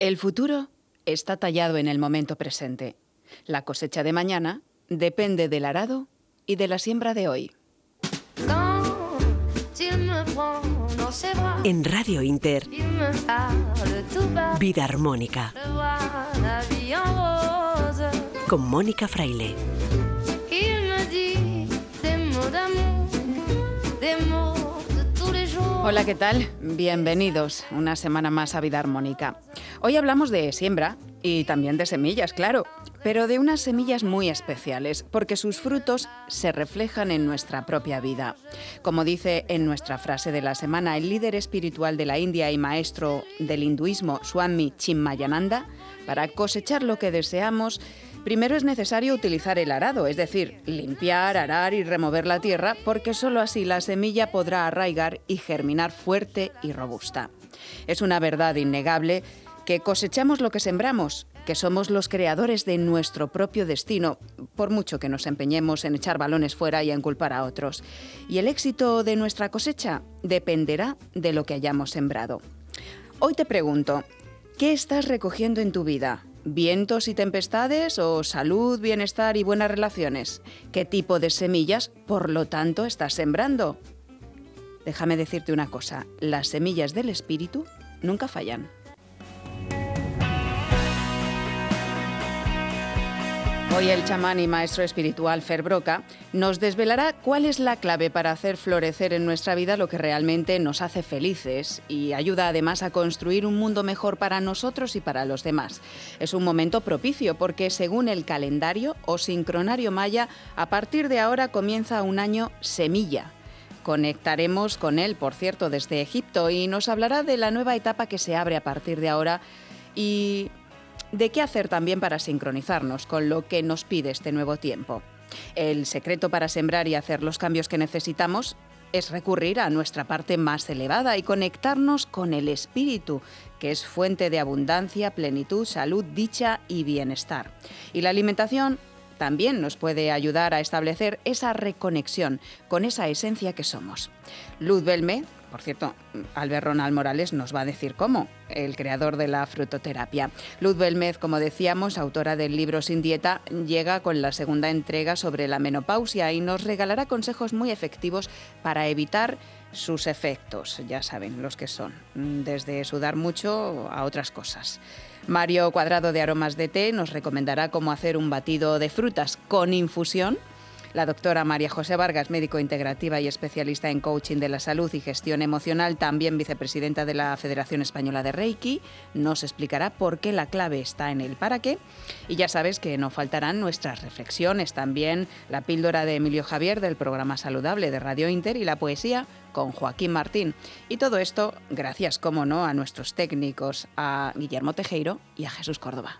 El futuro está tallado en el momento presente. La cosecha de mañana depende del arado y de la siembra de hoy. En Radio Inter, Vida Armónica, con Mónica Fraile. Hola, ¿qué tal? Bienvenidos una semana más a Vida Armónica. Hoy hablamos de siembra y también de semillas, claro, pero de unas semillas muy especiales, porque sus frutos se reflejan en nuestra propia vida. Como dice en nuestra frase de la semana el líder espiritual de la India y maestro del hinduismo, Swami Chinmayananda, para cosechar lo que deseamos, primero es necesario utilizar el arado, es decir, limpiar, arar y remover la tierra, porque solo así la semilla podrá arraigar y germinar fuerte y robusta. Es una verdad innegable que cosechamos lo que sembramos, que somos los creadores de nuestro propio destino, por mucho que nos empeñemos en echar balones fuera y en culpar a otros. Y el éxito de nuestra cosecha dependerá de lo que hayamos sembrado. Hoy te pregunto, ¿qué estás recogiendo en tu vida? ¿Vientos y tempestades o salud, bienestar y buenas relaciones? ¿Qué tipo de semillas, por lo tanto, estás sembrando? Déjame decirte una cosa, las semillas del espíritu nunca fallan. Hoy el chamán y maestro espiritual Fer Broca nos desvelará cuál es la clave para hacer florecer en nuestra vida lo que realmente nos hace felices y ayuda además a construir un mundo mejor para nosotros y para los demás. Es un momento propicio porque según el calendario o sincronario maya, a partir de ahora comienza un año semilla. Conectaremos con él, por cierto, desde Egipto y nos hablará de la nueva etapa que se abre a partir de ahora y de qué hacer también para sincronizarnos con lo que nos pide este nuevo tiempo. El secreto para sembrar y hacer los cambios que necesitamos es recurrir a nuestra parte más elevada y conectarnos con el espíritu, que es fuente de abundancia, plenitud, salud, dicha y bienestar. Y la alimentación también nos puede ayudar a establecer esa reconexión con esa esencia que somos. Luz Belme, por cierto, Albert Ronald Morales nos va a decir cómo, el creador de la frutoterapia. Luz Belmez, como decíamos, autora del libro Sin Dieta, llega con la segunda entrega sobre la menopausia y nos regalará consejos muy efectivos para evitar sus efectos, ya saben los que son, desde sudar mucho a otras cosas. Mario Cuadrado de Aromas de Té nos recomendará cómo hacer un batido de frutas con infusión. La doctora María José Vargas, médico integrativa y especialista en coaching de la salud y gestión emocional, también vicepresidenta de la Federación Española de Reiki, nos explicará por qué la clave está en el para qué. Y ya sabes que no faltarán nuestras reflexiones, también la píldora de Emilio Javier del programa Saludable de Radio Inter y la poesía con Joaquín Martín. Y todo esto gracias, como no, a nuestros técnicos, a Guillermo Tejero y a Jesús Córdoba.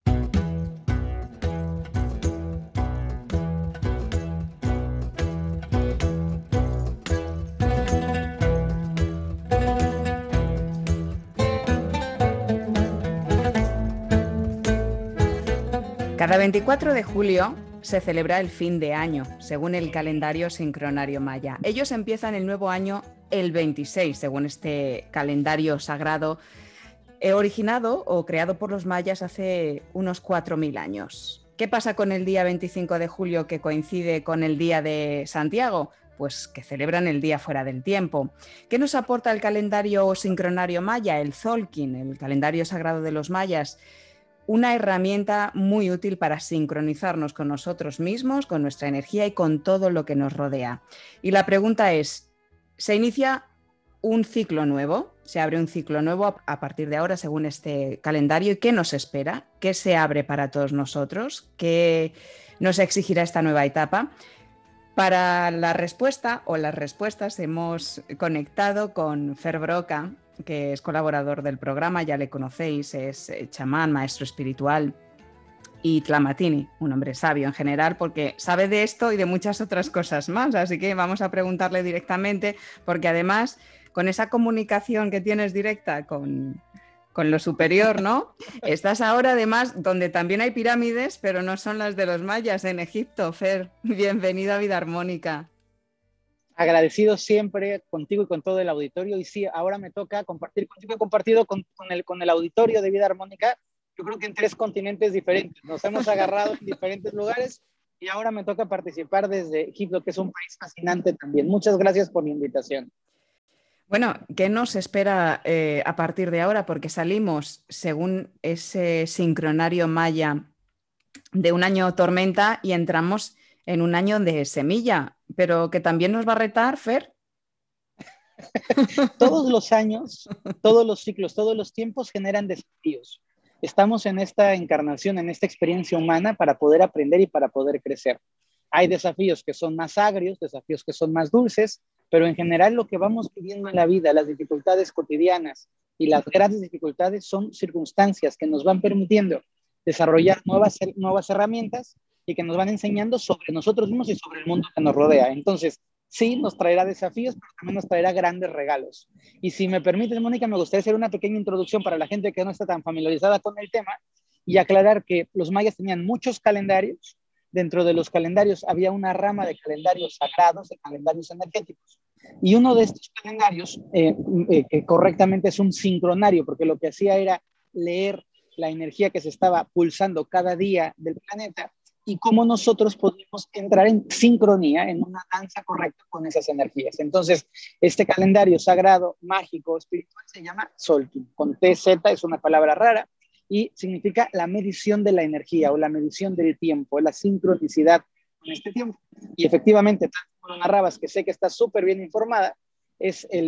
Cada 24 de julio se celebra el fin de año, según el calendario sincronario maya. Ellos empiezan el nuevo año el 26, según este calendario sagrado, originado o creado por los mayas hace unos 4.000 años. ¿Qué pasa con el día 25 de julio que coincide con el día de Santiago? Pues que celebran el día fuera del tiempo. ¿Qué nos aporta el calendario sincronario maya, el Tzolk'in, el calendario sagrado de los mayas? Una herramienta muy útil para sincronizarnos con nosotros mismos, con nuestra energía y con todo lo que nos rodea. Y la pregunta es, ¿se inicia un ciclo nuevo? ¿Se abre un ciclo nuevo a partir de ahora según este calendario? ¿Y qué nos espera? ¿Qué se abre para todos nosotros? ¿Qué nos exigirá esta nueva etapa? Para la respuesta o las respuestas hemos conectado con Fer Broca, que es colaborador del programa, ya le conocéis, es chamán, maestro espiritual, y Tlamatini, un hombre sabio en general, porque sabe de esto y de muchas otras cosas más, así que vamos a preguntarle directamente, porque además, con esa comunicación que tienes directa con lo superior, ¿no? Estás ahora además donde también hay pirámides, pero no son las de los mayas, en Egipto. Fer, bienvenida a Vida Armónica. Agradecido siempre contigo y con todo el auditorio. Y sí, ahora me toca compartir contigo. He compartido con el auditorio de Vida Armónica, yo creo que en 3 continentes diferentes. Nos hemos agarrado en diferentes lugares y ahora me toca participar desde Egipto, que es un país fascinante también. Muchas gracias por la invitación. Bueno, ¿qué nos espera a partir de ahora? Porque salimos, según ese sincronario maya, de un año tormenta y entramos en un año de semilla, pero que también nos va a retar, Fer. Todos los años, todos los ciclos, todos los tiempos generan desafíos. Estamos en esta encarnación, en esta experiencia humana para poder aprender y para poder crecer. Hay desafíos que son más agrios, desafíos que son más dulces, pero en general lo que vamos viviendo en la vida, las dificultades cotidianas y las grandes dificultades son circunstancias que nos van permitiendo desarrollar nuevas herramientas y que nos van enseñando sobre nosotros mismos y sobre el mundo que nos rodea. Entonces, sí, nos traerá desafíos, pero también nos traerá grandes regalos. Y si me permites, Mónica, me gustaría hacer una pequeña introducción para la gente que no está tan familiarizada con el tema y aclarar que los mayas tenían muchos calendarios. Dentro de los calendarios había una rama de calendarios sagrados, de calendarios energéticos. Y uno de estos calendarios, que correctamente es un sincronario, porque lo que hacía era leer la energía que se estaba pulsando cada día del planeta y cómo nosotros podemos entrar en sincronía, en una danza correcta con esas energías. Entonces, este calendario sagrado, mágico, espiritual, se llama Solkin. Con TZ es una palabra rara y significa la medición de la energía o la medición del tiempo, la sincronicidad con este tiempo. Y efectivamente, tal como lo narrabas, que sé que estás súper bien informada, es el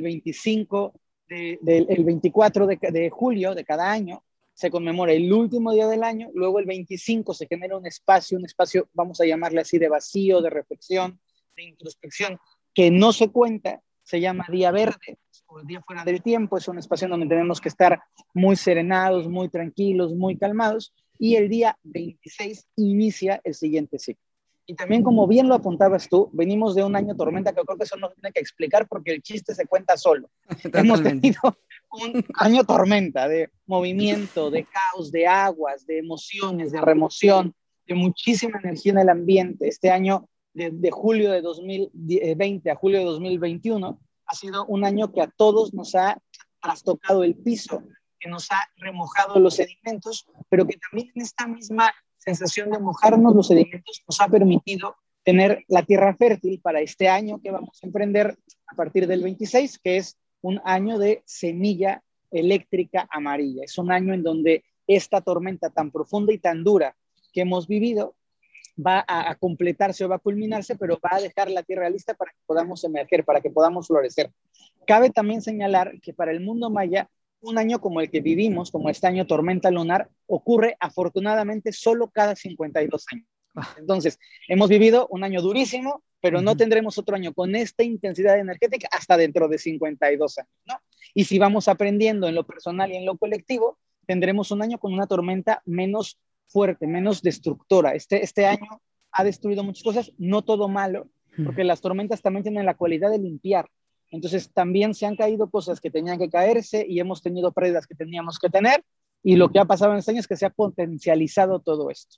24 de julio de cada año, se conmemora el último día del año, luego el 25 se genera un espacio, vamos a llamarle así, de vacío, de reflexión, de introspección, que no se cuenta, se llama Día Verde, o el Día Fuera del Tiempo, es un espacio en donde tenemos que estar muy serenados, muy tranquilos, muy calmados, y el día 26 inicia el siguiente ciclo. Y también, como bien lo apuntabas tú, venimos de un año tormenta, que creo que eso no tiene que explicar porque el chiste se cuenta solo. Hemos tenido un año tormenta de movimiento, de caos, de aguas, de emociones, de remoción, de muchísima energía en el ambiente. Este año, de julio de 2020 a julio de 2021, ha sido un año que a todos nos ha trastocado el piso, que nos ha remojado los sedimentos, pero que también en esta misma sensación de mojarnos los sedimentos nos ha permitido tener la tierra fértil para este año que vamos a emprender a partir del 26, que es un año de semilla eléctrica amarilla. Es un año en donde esta tormenta tan profunda y tan dura que hemos vivido va a completarse o va a culminarse, pero va a dejar la tierra lista para que podamos emerger, para que podamos florecer. Cabe también señalar que para el mundo maya, un año como el que vivimos, como este año tormenta lunar, ocurre afortunadamente solo cada 52 años. Entonces, hemos vivido un año durísimo, pero no tendremos otro año con esta intensidad energética hasta dentro de 52 años, ¿no? Y si vamos aprendiendo en lo personal y en lo colectivo, tendremos un año con una tormenta menos fuerte, menos destructora. Este año ha destruido muchas cosas, no todo malo, porque las tormentas también tienen la cualidad de limpiar. Entonces también se han caído cosas que tenían que caerse y hemos tenido pérdidas que teníamos que tener, y lo que ha pasado en este año es que se ha potencializado todo esto.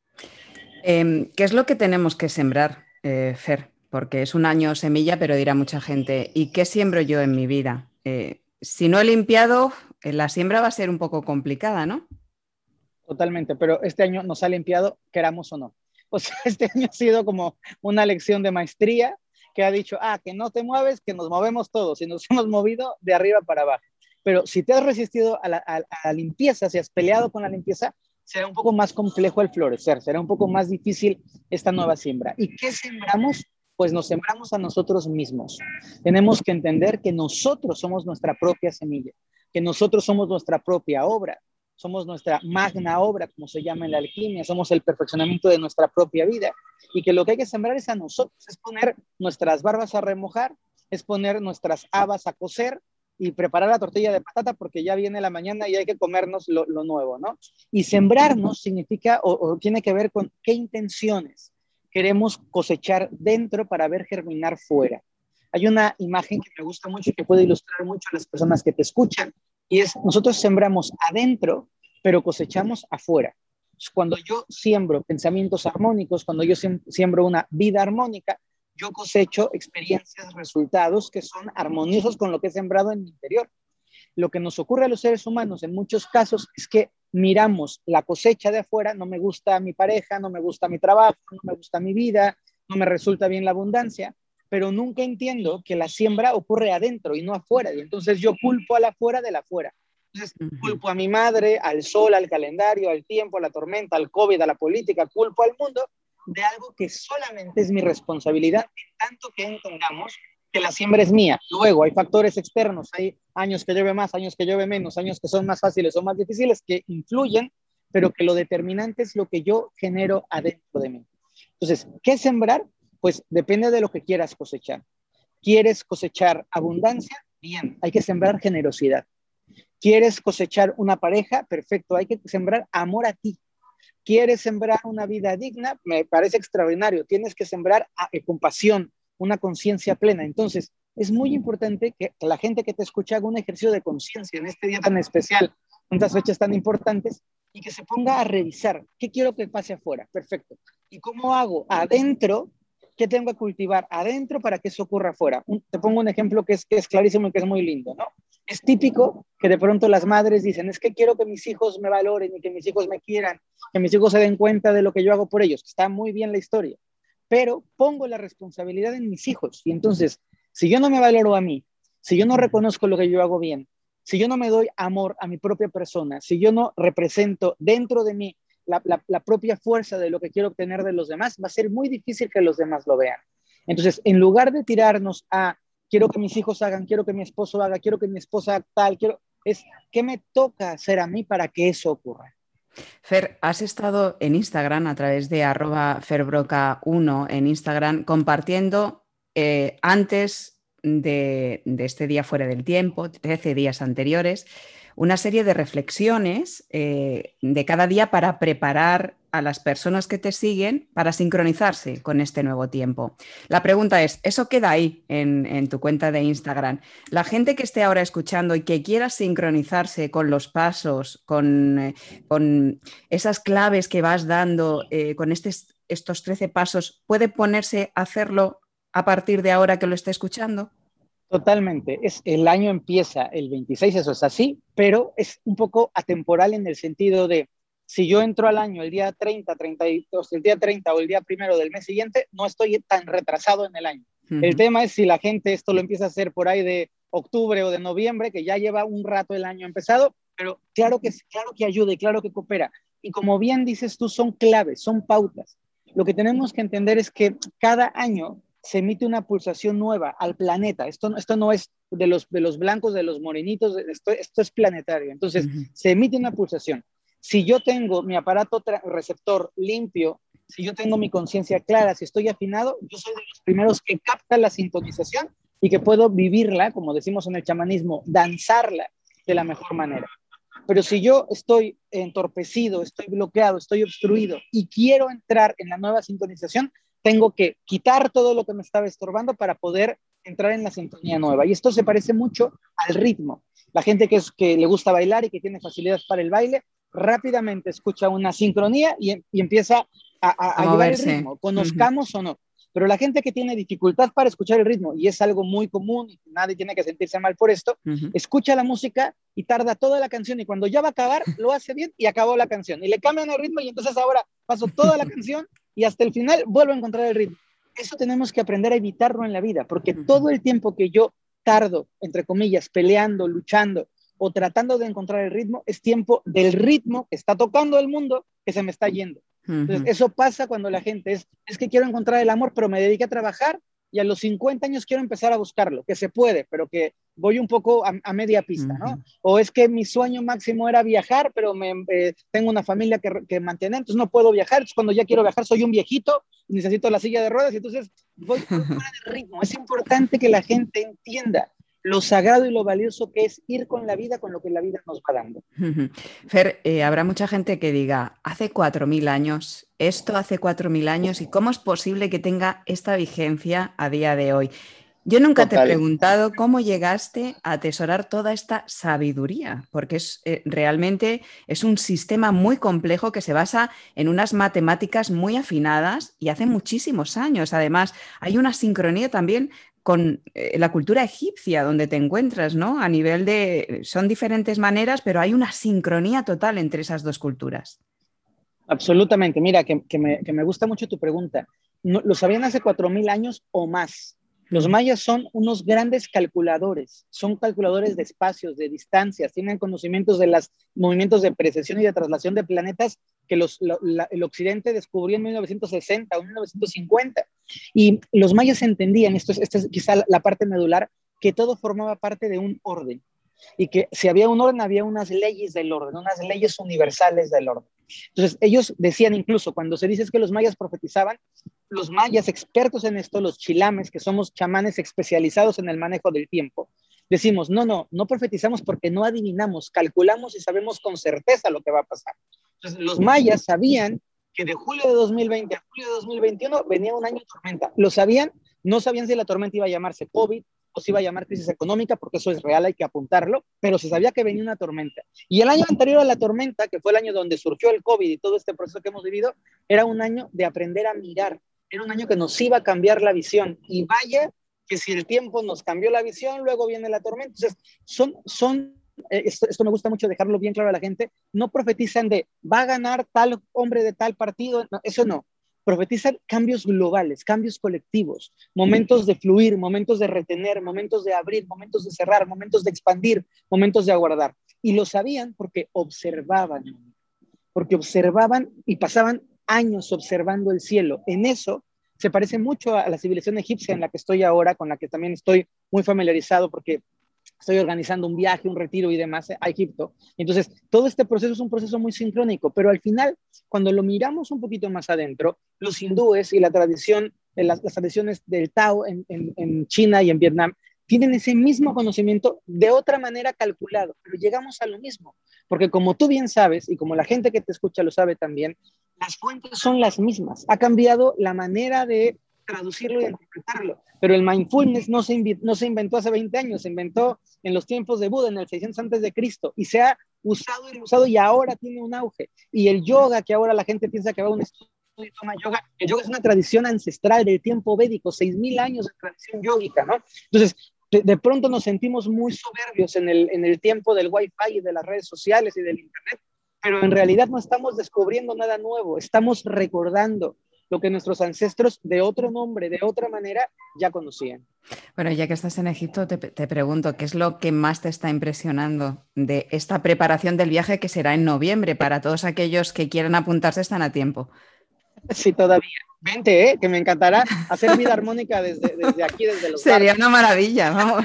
¿Qué es lo que tenemos que sembrar, Fer? Porque es un año semilla, pero dirá mucha gente, ¿y qué siembro yo en mi vida? Si no he limpiado, la siembra va a ser un poco complicada, ¿no? Totalmente, pero este año nos ha limpiado, queramos o no. O sea, este año ha sido como una lección de maestría que ha dicho, que no te mueves, que nos movemos todos, y nos hemos movido de arriba para abajo. Pero si te has resistido a la limpieza, si has peleado con la limpieza, será un poco más complejo el florecer, será un poco más difícil esta nueva siembra. ¿Y qué sembramos? Pues nos sembramos a nosotros mismos. Tenemos que entender que nosotros somos nuestra propia semilla, que nosotros somos nuestra propia obra, somos nuestra magna obra, como se llama en la alquimia, somos el perfeccionamiento de nuestra propia vida, y que lo que hay que sembrar es a nosotros, es poner nuestras barbas a remojar, es poner nuestras habas a cocer y preparar la tortilla de patata porque ya viene la mañana y hay que comernos lo nuevo, ¿no? Y sembrarnos significa o tiene que ver con qué intenciones queremos cosechar dentro para ver germinar fuera. Hay una imagen que me gusta mucho y que puede ilustrar mucho a las personas que te escuchan, y es, nosotros sembramos adentro, pero cosechamos afuera. Cuando yo siembro pensamientos armónicos, cuando yo siembro una vida armónica, yo cosecho experiencias, resultados que son armoniosos con lo que he sembrado en mi interior. Lo que nos ocurre a los seres humanos en muchos casos es que miramos la cosecha de afuera, no me gusta mi pareja, no me gusta mi trabajo, no me gusta mi vida, no me resulta bien la abundancia, pero nunca entiendo que la siembra ocurre adentro y no afuera, y entonces yo culpo al afuera del afuera. Entonces, culpo a mi madre, al sol, al calendario, al tiempo, a la tormenta, al COVID, a la política, culpo al mundo de algo que solamente es mi responsabilidad, en tanto que entendamos que la siembra es mía. Luego hay factores externos, hay años que llueve más, años que llueve menos, años que son más fáciles o más difíciles que influyen, pero que lo determinante es lo que yo genero adentro de mí. Entonces, ¿qué sembrar? Pues depende de lo que quieras cosechar. ¿Quieres cosechar abundancia? Bien, hay que sembrar generosidad. ¿Quieres cosechar una pareja? Perfecto, hay que sembrar amor a ti. ¿Quieres sembrar una vida digna? Me parece extraordinario. Tienes que sembrar compasión, una conciencia plena. Entonces, es muy importante que la gente que te escucha haga un ejercicio de conciencia en este día tan especial, en estas fechas tan importantes, y que se ponga a revisar qué quiero que pase afuera. Perfecto. ¿Y cómo hago adentro? ¿Qué tengo que cultivar adentro para que eso ocurra afuera? Te pongo un ejemplo que es clarísimo y que es muy lindo, ¿no? Es típico que de pronto las madres dicen, es que quiero que mis hijos me valoren y que mis hijos me quieran, que mis hijos se den cuenta de lo que yo hago por ellos. Está muy bien la historia, pero pongo la responsabilidad en mis hijos. Y entonces, si yo no me valoro a mí, si yo no reconozco lo que yo hago bien, si yo no me doy amor a mi propia persona, si yo no represento dentro de mí la propia fuerza de lo que quiero obtener de los demás, va a ser muy difícil que los demás lo vean. Entonces, en lugar de tirarnos a quiero que mis hijos hagan, quiero que mi esposo haga, quiero que mi esposa tal, es qué me toca hacer a mí para que eso ocurra. Fer, has estado en Instagram a través de @ferbroca1 en Instagram compartiendo antes de este día fuera del tiempo, 13 días anteriores, una serie de reflexiones de cada día para preparar a las personas que te siguen para sincronizarse con este nuevo tiempo. La pregunta es, ¿eso queda ahí en tu cuenta de Instagram? La gente que esté ahora escuchando y que quiera sincronizarse con los pasos, con esas claves que vas dando, con estos 13 pasos, ¿puede ponerse a hacerlo a partir de ahora que lo esté escuchando? Totalmente. El año empieza el 26, eso es así, pero es un poco atemporal en el sentido de si yo entro al año el día 32, el día 30 o el día primero del mes siguiente, no estoy tan retrasado en el año. El tema es si la gente esto lo empieza a hacer por ahí de octubre o de noviembre, que ya lleva un rato el año empezado, pero claro que ayuda y claro que coopera. Y como bien dices tú, son claves, son pautas. Lo que tenemos que entender es que cada año se emite una pulsación nueva al planeta. Esto no es de los blancos, de los morenitos, esto es planetario. Entonces, se emite una pulsación. Si yo tengo mi aparato receptor limpio, si yo tengo mi conciencia clara, si estoy afinado, yo soy de los primeros que capta la sintonización y que puedo vivirla, como decimos en el chamanismo, danzarla de la mejor manera. Pero si yo estoy entorpecido, estoy bloqueado, estoy obstruido y quiero entrar en la nueva sintonización, tengo que quitar todo lo que me estaba estorbando para poder entrar en la sintonía nueva. Y esto se parece mucho al ritmo. La gente que le gusta bailar y que tiene facilidad para el baile, rápidamente escucha una sincronía y empieza a llevar el ritmo, conozcamos o no. Pero la gente que tiene dificultad para escuchar el ritmo, y es algo muy común, y nadie tiene que sentirse mal por esto, escucha la música y tarda toda la canción, y cuando ya va a acabar, lo hace bien y acabó la canción. Y le cambian el ritmo y entonces ahora paso toda la canción y hasta el final vuelvo a encontrar el ritmo. Eso tenemos que aprender a evitarlo en la vida, porque todo el tiempo que yo tardo, entre comillas, peleando, luchando o tratando de encontrar el ritmo, es tiempo del ritmo que está tocando el mundo que se me está yendo. Entonces, eso pasa cuando la gente es que quiero encontrar el amor, pero me dediqué a trabajar y a los 50 años quiero empezar a buscarlo, que se puede, pero que voy un poco a media pista, ¿no? O es que mi sueño máximo era viajar, pero tengo una familia que mantener, entonces no puedo viajar, entonces cuando ya quiero viajar soy un viejito, necesito la silla de ruedas, y entonces voy fuera del ritmo. Es importante que la gente entienda lo sagrado y lo valioso que es ir con la vida, con lo que la vida nos va dando. Fer, habrá mucha gente que diga, hace 4.000 años, esto hace 4.000 años, ¿y cómo es posible que tenga esta vigencia a día de hoy? Yo nunca te he Total. preguntado cómo llegaste a atesorar toda esta sabiduría, porque realmente es un sistema muy complejo que se basa en unas matemáticas muy afinadas y hace muchísimos años. Además, hay una sincronía también con la cultura egipcia donde te encuentras, ¿no? A nivel de, son diferentes maneras, pero hay una sincronía total entre esas dos culturas. Absolutamente. Mira, que me gusta mucho tu pregunta. No, lo sabían hace 4.000 años o más. Los Mm. mayas son unos grandes calculadores, son calculadores de espacios, de distancias, tienen conocimientos de los movimientos de precesión y de traslación de planetas que el occidente descubrió en 1960 o 1950. Y los mayas entendían, esta es quizá la parte medular, que todo formaba parte de un orden y que si había un orden, había unas leyes del orden, unas leyes universales del orden. Entonces, ellos decían incluso, cuando se dice que los mayas profetizaban, los mayas expertos en esto, los chilames, que somos chamanes especializados en el manejo del tiempo, decimos, no profetizamos porque no adivinamos, calculamos y sabemos con certeza lo que va a pasar. Entonces, los mayas sabían que de julio de 2020 a julio de 2021 venía un año de tormenta. Lo sabían, no sabían si la tormenta iba a llamarse COVID o se iba a llamar crisis económica, porque eso es real, hay que apuntarlo, pero se sabía que venía una tormenta. Y el año anterior a la tormenta, que fue el año donde surgió el COVID y todo este proceso que hemos vivido, era un año de aprender a mirar, era un año que nos iba a cambiar la visión. Y vaya que si el tiempo nos cambió la visión, luego viene la tormenta. Entonces, esto me gusta mucho dejarlo bien claro a la gente, no profetizan de va a ganar tal hombre de tal partido, no, eso no. Profetizan cambios globales, cambios colectivos, momentos de fluir, momentos de retener, momentos de abrir, momentos de cerrar, momentos de expandir, momentos de aguardar. Y lo sabían porque observaban y pasaban años observando el cielo. En eso se parece mucho a la civilización egipcia en la que estoy ahora, con la que también estoy muy familiarizado porque estoy organizando un viaje, un retiro y demás a Egipto. Entonces, todo este proceso es un proceso muy sincrónico, pero al final, cuando lo miramos un poquito más adentro, los hindúes y la tradición, las tradiciones del Tao en China y en Vietnam, tienen ese mismo conocimiento de otra manera calculado, pero llegamos a lo mismo, porque como tú bien sabes, y como la gente que te escucha lo sabe también, las fuentes son las mismas. Ha cambiado la manera de traducirlo y interpretarlo. Pero el mindfulness no se inventó hace 20 años, se inventó en los tiempos de Buda, en el 600 antes de Cristo, y se ha usado y usado y ahora tiene un auge. Y el yoga, que ahora la gente piensa que va a un estudio y toma yoga, el yoga es una tradición ancestral del tiempo védico, 6.000 años de tradición yógica, ¿no? Entonces, de pronto nos sentimos muy soberbios en el tiempo del wifi y de las redes sociales y del internet, pero en realidad no estamos descubriendo nada nuevo, estamos recordando lo que nuestros ancestros de otro nombre, de otra manera, ya conocían. Bueno, ya que estás en Egipto, te pregunto, ¿qué es lo que más te está impresionando de esta preparación del viaje que será en noviembre? Para todos aquellos que quieran apuntarse, están a tiempo. Sí, todavía. Vente, que me encantará hacer vida armónica desde aquí, desde los Sería barcos. una maravilla, vamos.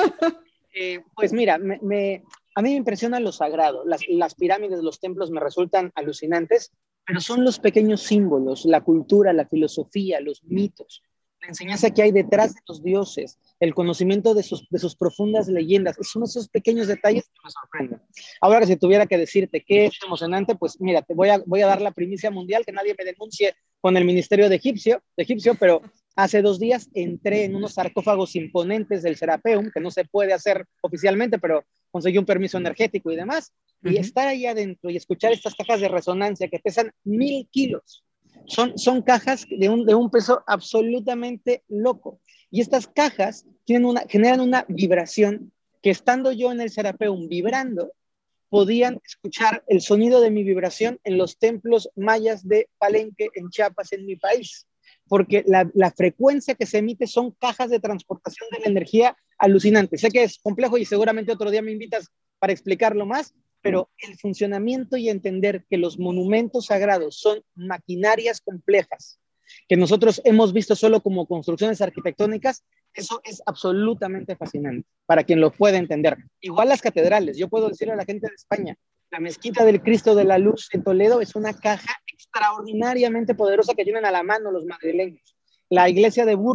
Pues mira, a mí me impresiona lo sagrado. Las pirámides, los templos me resultan alucinantes, pero son los pequeños símbolos, la cultura, la filosofía, los mitos, la enseñanza que hay detrás de los dioses, el conocimiento de sus profundas leyendas. Son esos pequeños detalles que me sorprenden. Ahora que si tuviera que decirte qué es emocionante, pues mira, te voy a dar la primicia mundial, que nadie me denuncie con el Ministerio de Egipcio, pero hace 2 días entré en unos sarcófagos imponentes del Serapeum, que no se puede hacer oficialmente, pero conseguí un permiso energético y demás, y estar ahí adentro y escuchar estas cajas de resonancia que pesan 1.000 kilos. Son cajas de un peso absolutamente loco. Y estas cajas generan una vibración que estando yo en el Serapeum vibrando, podían escuchar el sonido de mi vibración en los templos mayas de Palenque, en Chiapas, en mi país. Porque la frecuencia que se emite son cajas de transportación de la energía alucinantes. Sé que es complejo y seguramente otro día me invitas para explicarlo más, pero el funcionamiento y entender que los monumentos sagrados son maquinarias complejas que nosotros hemos visto solo como construcciones arquitectónicas, eso es absolutamente fascinante para quien lo pueda entender. Igual las catedrales, yo puedo decirle a la gente de España, la Mezquita del Cristo de la Luz en Toledo es una caja extraordinariamente poderosa que tienen a la mano los madrileños. La iglesia de Burgos,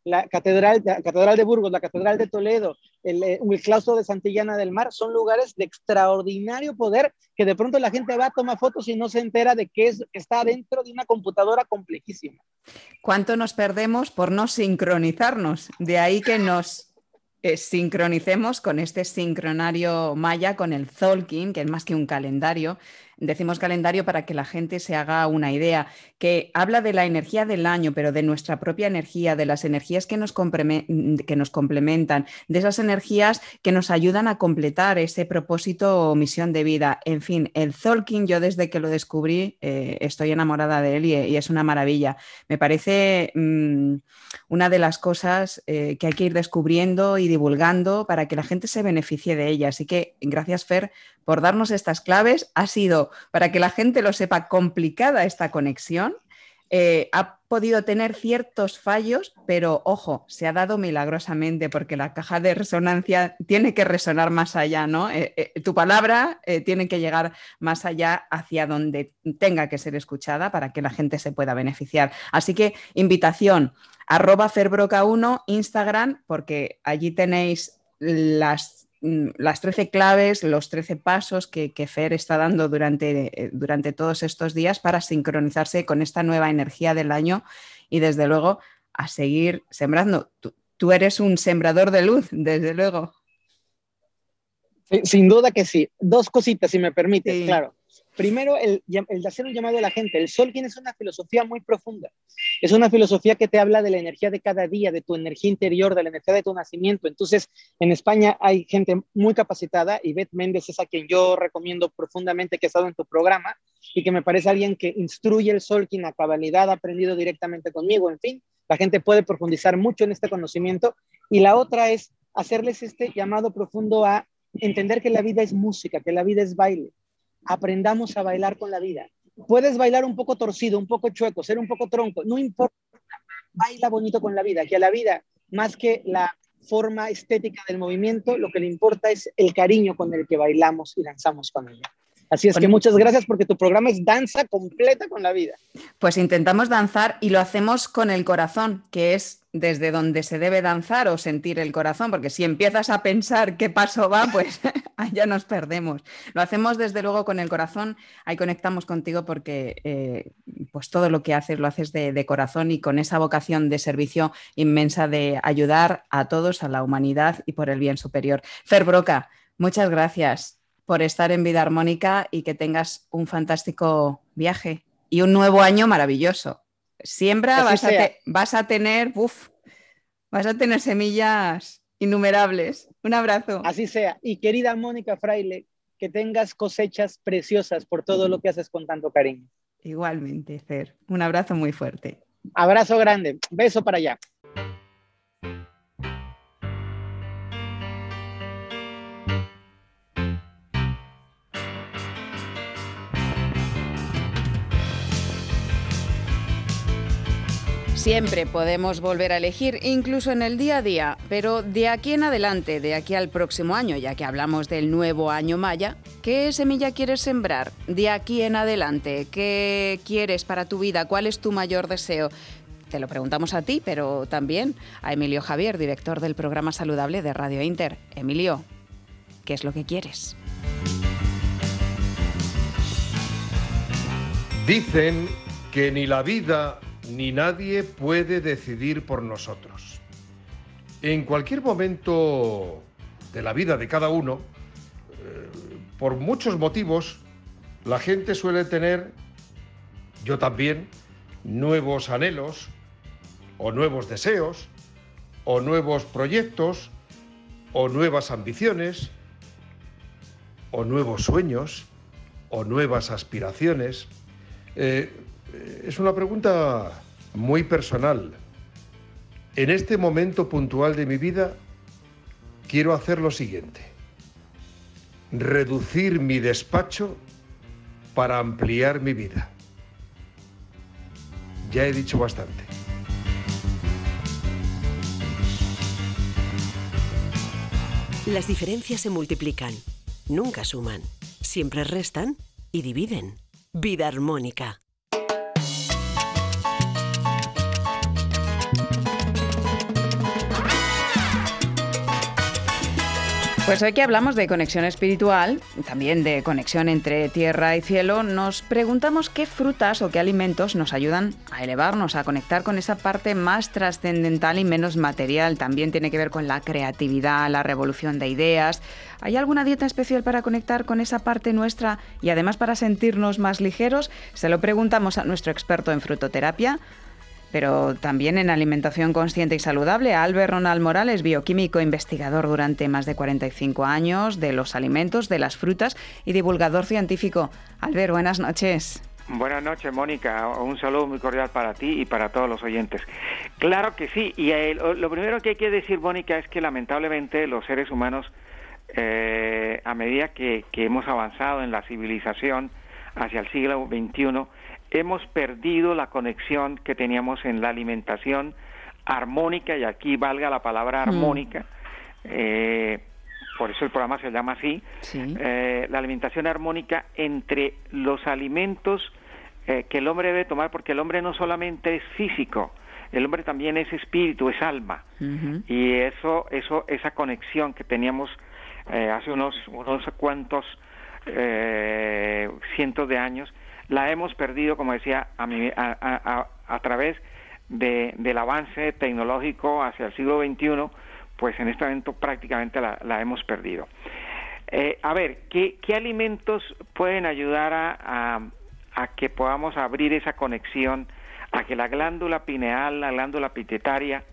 la Catedral de Burgos, la Catedral de Toledo, el claustro de Santillana del Mar, son lugares de extraordinario poder que de pronto la gente va, toma fotos y no se entera de que está dentro de una computadora complejísima. ¿Cuánto nos perdemos por no sincronizarnos? De ahí que nos sincronicemos con este sincronario maya, con el Tzolk'in, que es más que un calendario. Decimos calendario para que la gente se haga una idea, que habla de la energía del año, pero de nuestra propia energía, de las energías que nos complementan, de esas energías que nos ayudan a completar ese propósito o misión de vida. En fin, el Tzolk'in, yo desde que lo descubrí estoy enamorada de él y es una maravilla. Me parece una de las cosas que hay que ir descubriendo y divulgando para que la gente se beneficie de ella. Así que gracias, Fer, por darnos estas claves. Ha sido, para que la gente lo sepa, complicada esta conexión. Ha podido tener ciertos fallos, pero ojo, se ha dado milagrosamente porque la caja de resonancia tiene que resonar más allá, ¿no? Tu palabra tiene que llegar más allá, hacia donde tenga que ser escuchada para que la gente se pueda beneficiar. Así que invitación, @ferbroca1, Instagram, porque allí tenéis las 13 claves, los 13 pasos que Fer está dando durante todos estos días para sincronizarse con esta nueva energía del año y desde luego a seguir sembrando. Tú eres un sembrador de luz, desde luego. Sí, sin duda que sí. Dos cositas, si me permites, Sí. claro. Primero, el de hacer un llamado a la gente. El Tzolk'in es una filosofía muy profunda. Es una filosofía que te habla de la energía de cada día, de tu energía interior, de la energía de tu nacimiento. Entonces, en España hay gente muy capacitada, y Beth Méndez es a quien yo recomiendo profundamente, que ha estado en tu programa y que me parece alguien que instruye el Tzolk'in a cabalidad, ha aprendido directamente conmigo. En fin, la gente puede profundizar mucho en este conocimiento. Y la otra es hacerles este llamado profundo a entender que la vida es música, que la vida es baile. Aprendamos a bailar con la vida. Puedes bailar un poco torcido, un poco chueco, ser un poco tronco, no importa. Baila bonito con la vida, que a la vida, más que la forma estética del movimiento, lo que le importa es el cariño con el que bailamos y danzamos con ella. Así es que muchas gracias, porque tu programa es danza completa con la vida. Pues intentamos danzar y lo hacemos con el corazón, que es desde donde se debe danzar o sentir el corazón, porque si empiezas a pensar qué paso va, pues ya nos perdemos. Lo hacemos desde luego con el corazón, ahí conectamos contigo porque pues todo lo que haces lo haces de corazón y con esa vocación de servicio inmensa de ayudar a todos, a la humanidad y por el bien superior. Fer Broca, muchas gracias por estar en Vida Armónica y que tengas un fantástico viaje y un nuevo año maravilloso. Siembra, vas a tener semillas innumerables. Un abrazo. Así sea. Y querida Mónica Fraile, que tengas cosechas preciosas por todo lo que haces con tanto cariño. Igualmente, Fer. Un abrazo muy fuerte. Abrazo grande. Beso para allá. Siempre podemos volver a elegir, incluso en el día a día, pero de aquí en adelante, de aquí al próximo año, ya que hablamos del nuevo año maya, ¿qué semilla quieres sembrar de aquí en adelante? ¿Qué quieres para tu vida? ¿Cuál es tu mayor deseo? Te lo preguntamos a ti, pero también a Emilio Javier, director del programa Saludable de Radio Inter. Emilio, ¿qué es lo que quieres? Dicen que ni la vida ni nadie puede decidir por nosotros. En cualquier momento de la vida de cada uno, por muchos motivos, la gente suele tener, yo también, nuevos anhelos, o nuevos deseos, o nuevos proyectos, o nuevas ambiciones, o nuevos sueños, o nuevas aspiraciones. Es una pregunta muy personal. En este momento puntual de mi vida, quiero hacer lo siguiente: reducir mi despacho para ampliar mi vida. Ya he dicho bastante. Las diferencias se multiplican, nunca suman, siempre restan y dividen. Vida Armónica. Pues hoy que hablamos de conexión espiritual, también de conexión entre tierra y cielo, nos preguntamos qué frutas o qué alimentos nos ayudan a elevarnos, a conectar con esa parte más trascendental y menos material. También tiene que ver con la creatividad, la revolución de ideas. ¿Hay alguna dieta especial para conectar con esa parte nuestra y además para sentirnos más ligeros? Se lo preguntamos a nuestro experto en frutoterapia, pero también en alimentación consciente y saludable, a Albert Ronald Morales, bioquímico, investigador durante más de 45 años de los alimentos, de las frutas y divulgador científico. Albert, buenas noches. Buenas noches, Mónica. Un saludo muy cordial para ti y para todos los oyentes. Claro que sí. Y lo primero que hay que decir, Mónica, es que lamentablemente los seres humanos, a medida que hemos avanzado en la civilización hacia el siglo XXI, hemos perdido la conexión que teníamos en la alimentación armónica, y aquí valga la palabra armónica, por eso el programa se llama así, sí. La alimentación armónica entre los alimentos que el hombre debe tomar, porque el hombre no solamente es físico, el hombre también es espíritu, es alma, y esa conexión que teníamos hace unos cuantos cientos de años, la hemos perdido, como decía, a través del avance tecnológico hacia el siglo XXI, pues en este momento prácticamente la hemos perdido. A ver, ¿qué alimentos pueden ayudar a que podamos abrir esa conexión, a que la glándula pineal, la glándula pituitaria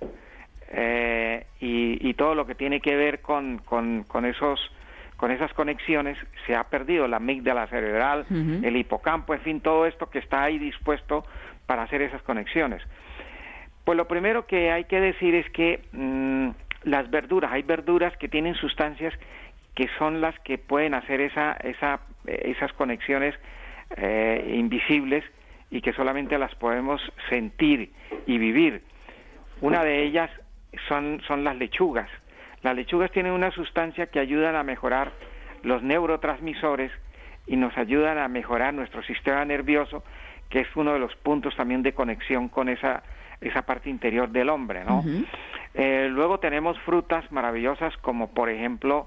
y todo lo que tiene que ver con esas conexiones se ha perdido, la amígdala cerebral, el hipocampo, en fin, todo esto que está ahí dispuesto para hacer esas conexiones? Pues lo primero que hay que decir es que las verduras, hay verduras que tienen sustancias que son las que pueden hacer esas conexiones invisibles y que solamente las podemos sentir y vivir. Una de ellas son las lechugas. Las lechugas tienen una sustancia que ayudan a mejorar los neurotransmisores y nos ayudan a mejorar nuestro sistema nervioso, que es uno de los puntos también de conexión con esa parte interior del hombre, ¿no? Luego tenemos frutas maravillosas como, por ejemplo,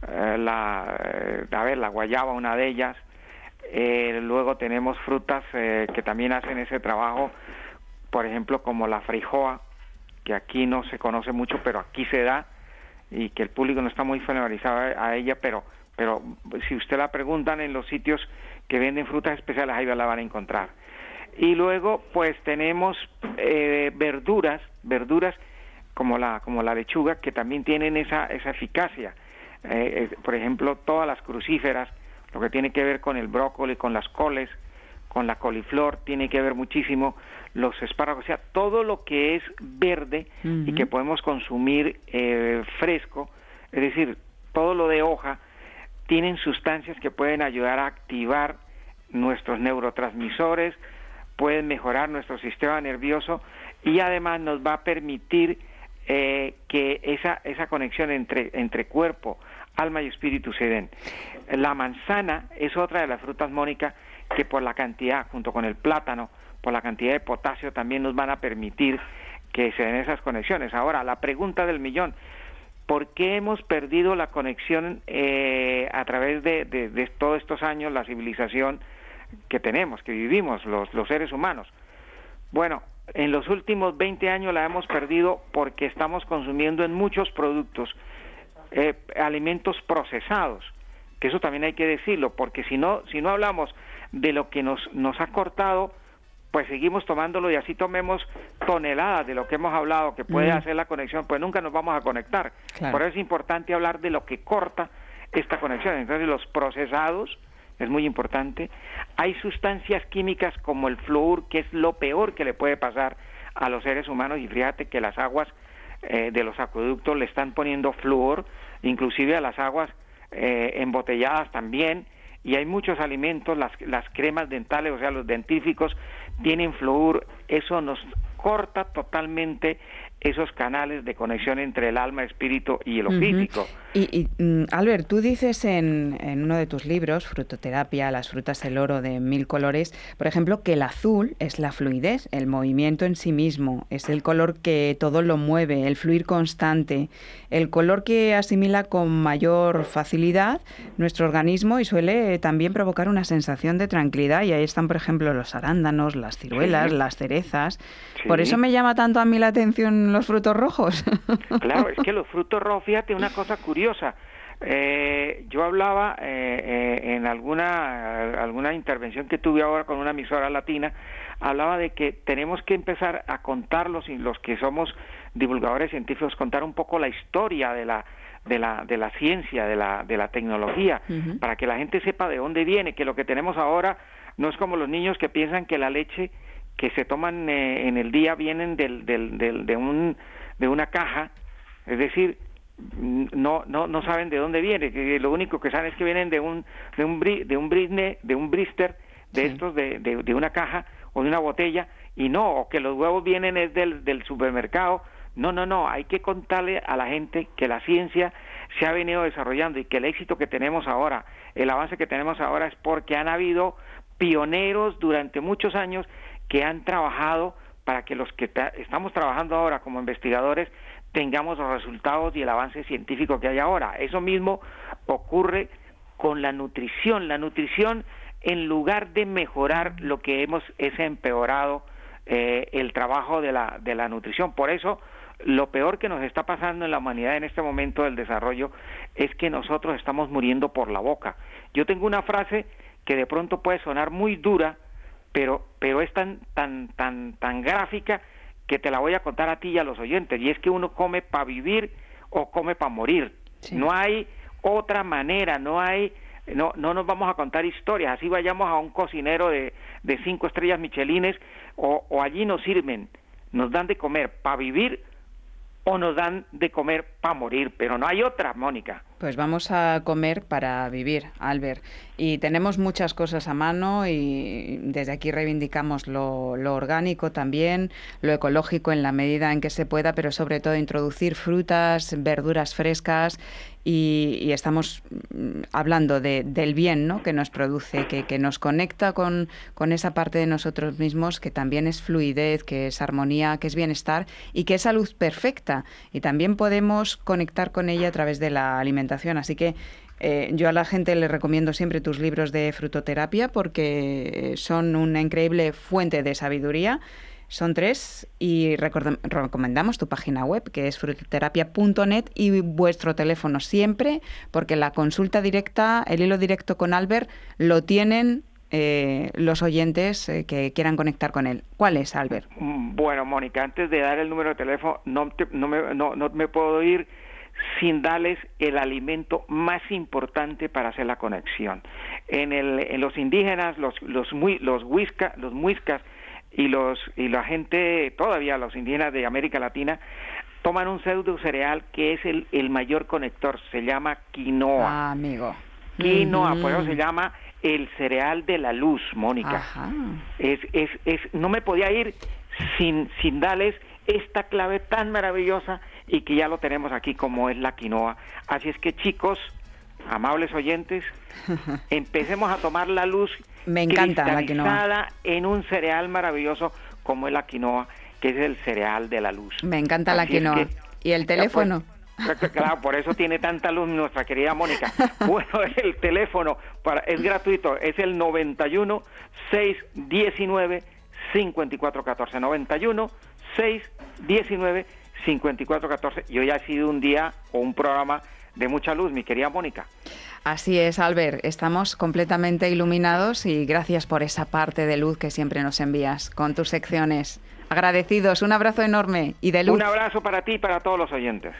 la guayaba, una de ellas. Luego tenemos frutas que también hacen ese trabajo, por ejemplo, como la freijoa, que aquí no se conoce mucho, pero aquí se da, y que el público no está muy familiarizado a ella, pero si usted la preguntan en los sitios que venden frutas especiales, ahí la van a encontrar. Y luego pues tenemos verduras como la lechuga, que también tienen esa eficacia. Por ejemplo, todas las crucíferas, lo que tiene que ver con el brócoli, con las coles, con la coliflor, tiene que ver muchísimo, los espárragos, o sea, todo lo que es verde y que podemos consumir fresco, es decir, todo lo de hoja, tienen sustancias que pueden ayudar a activar nuestros neurotransmisores, pueden mejorar nuestro sistema nervioso y además nos va a permitir que esa conexión entre cuerpo, alma y espíritu se den. La manzana es otra de las frutas, Mónica, que por la cantidad, junto con el plátano, por la cantidad de potasio, también nos van a permitir que se den esas conexiones. Ahora, la pregunta del millón: ¿por qué hemos perdido la conexión a través de todos estos años, la civilización que tenemos, que vivimos los seres humanos? Bueno, en los últimos 20 años la hemos perdido porque estamos consumiendo en muchos productos alimentos procesados, que eso también hay que decirlo, porque si no hablamos de lo que nos ha cortado, pues seguimos tomándolo, y así tomemos toneladas de lo que hemos hablado que puede hacer la conexión, pues nunca nos vamos a conectar. Claro. Por eso es importante hablar de lo que corta esta conexión. Entonces, los procesados es muy importante. Hay sustancias químicas como el flúor, que es lo peor que le puede pasar a los seres humanos, y fíjate que las aguas de los acueductos le están poniendo flúor, inclusive a las aguas embotelladas también, y hay muchos alimentos, las cremas dentales, o sea, los dentífricos tienen flúor. Eso nos corta totalmente esos canales de conexión entre el alma, espíritu y lo físico. Albert, tú dices en uno de tus libros, Frutoterapia, las frutas, el oro de 1000 colores, por ejemplo, que el azul es la fluidez, el movimiento en sí mismo, es el color que todo lo mueve, el fluir constante, el color que asimila con mayor facilidad nuestro organismo y suele también provocar una sensación de tranquilidad. Y ahí están, por ejemplo, los arándanos, las ciruelas, las cerezas. Sí. Por eso me llama tanto a mí la atención los frutos rojos. Claro, es que los frutos rojos, fíjate, una cosa curiosa. Yo hablaba en alguna intervención que tuve ahora con una emisora latina, hablaba de que tenemos que empezar a contar los que somos divulgadores científicos, contar un poco la historia de la ciencia, de la tecnología, para que la gente sepa de dónde viene, que lo que tenemos ahora no es como los niños que piensan que la leche que se toman en el día vienen de una caja, es decir, no saben de dónde viene, que lo único que saben es que vienen de un blister, de estos de una caja o de una botella, y no, o que los huevos vienen es del supermercado. No, hay que contarle a la gente que la ciencia se ha venido desarrollando y que el éxito que tenemos ahora, el avance que tenemos ahora es porque han habido pioneros durante muchos años que han trabajado para que los que estamos trabajando ahora como investigadores tengamos los resultados y el avance científico que hay ahora. Eso mismo ocurre con la nutrición. La nutrición, en lugar de mejorar lo que es empeorado el trabajo de la nutrición. Por eso, lo peor que nos está pasando en la humanidad en este momento del desarrollo es que nosotros estamos muriendo por la boca. Yo tengo una frase que de pronto puede sonar muy dura, pero es tan gráfica que te la voy a contar a ti y a los oyentes, y es que uno come para vivir o come para morir. Sí. No hay otra manera, no nos vamos a contar historias, así vayamos a un cocinero de 5 estrellas Michelines o allí nos sirven, nos dan de comer para vivir o nos dan de comer para morir, pero no hay otra, Mónica. Pues vamos a comer para vivir, Albert. Y tenemos muchas cosas a mano y desde aquí reivindicamos lo orgánico también, lo ecológico en la medida en que se pueda, pero sobre todo introducir frutas, verduras frescas y estamos hablando del bien, ¿no?, que nos produce, que nos conecta con esa parte de nosotros mismos que también es fluidez, que es armonía, que es bienestar y que es salud perfecta. Y también podemos conectar con ella a través de la alimentación. Así que yo a la gente le recomiendo siempre tus libros de frutoterapia porque son una increíble fuente de sabiduría. Son 3 y recomendamos tu página web, que es frutoterapia.net, y vuestro teléfono siempre, porque la consulta directa, el hilo directo con Albert, lo tienen los oyentes que quieran conectar con él. ¿Cuál es, Albert? Bueno, Mónica, antes de dar el número de teléfono, no me puedo ir sin darles el alimento más importante para hacer la conexión. En los indígenas, los muiscas y la gente, todavía los indígenas de América Latina, toman un pseudo cereal que es el mayor conector, se llama quinoa. Ah, amigo. Quinoa, por eso se llama el cereal de la luz, Mónica. Ajá. No me podía ir sin darles esta clave tan maravillosa y que ya lo tenemos aquí, como es la quinoa. Así es que, chicos, amables oyentes, empecemos a tomar la luz. Me encanta la quinoa en un cereal maravilloso como es la quinoa, que es el cereal de la luz. Me encanta la quinoa. ¿Y el teléfono? Claro, por eso tiene tanta luz nuestra querida Mónica. Bueno, el teléfono es gratuito, es el 91 619 5414. 91 619 5414. Y hoy ha sido un día o un programa de mucha luz, mi querida Mónica. Así es, Albert. Estamos completamente iluminados y gracias por esa parte de luz que siempre nos envías con tus secciones. Agradecidos, un abrazo enorme y de luz. Un abrazo para ti y para todos los oyentes.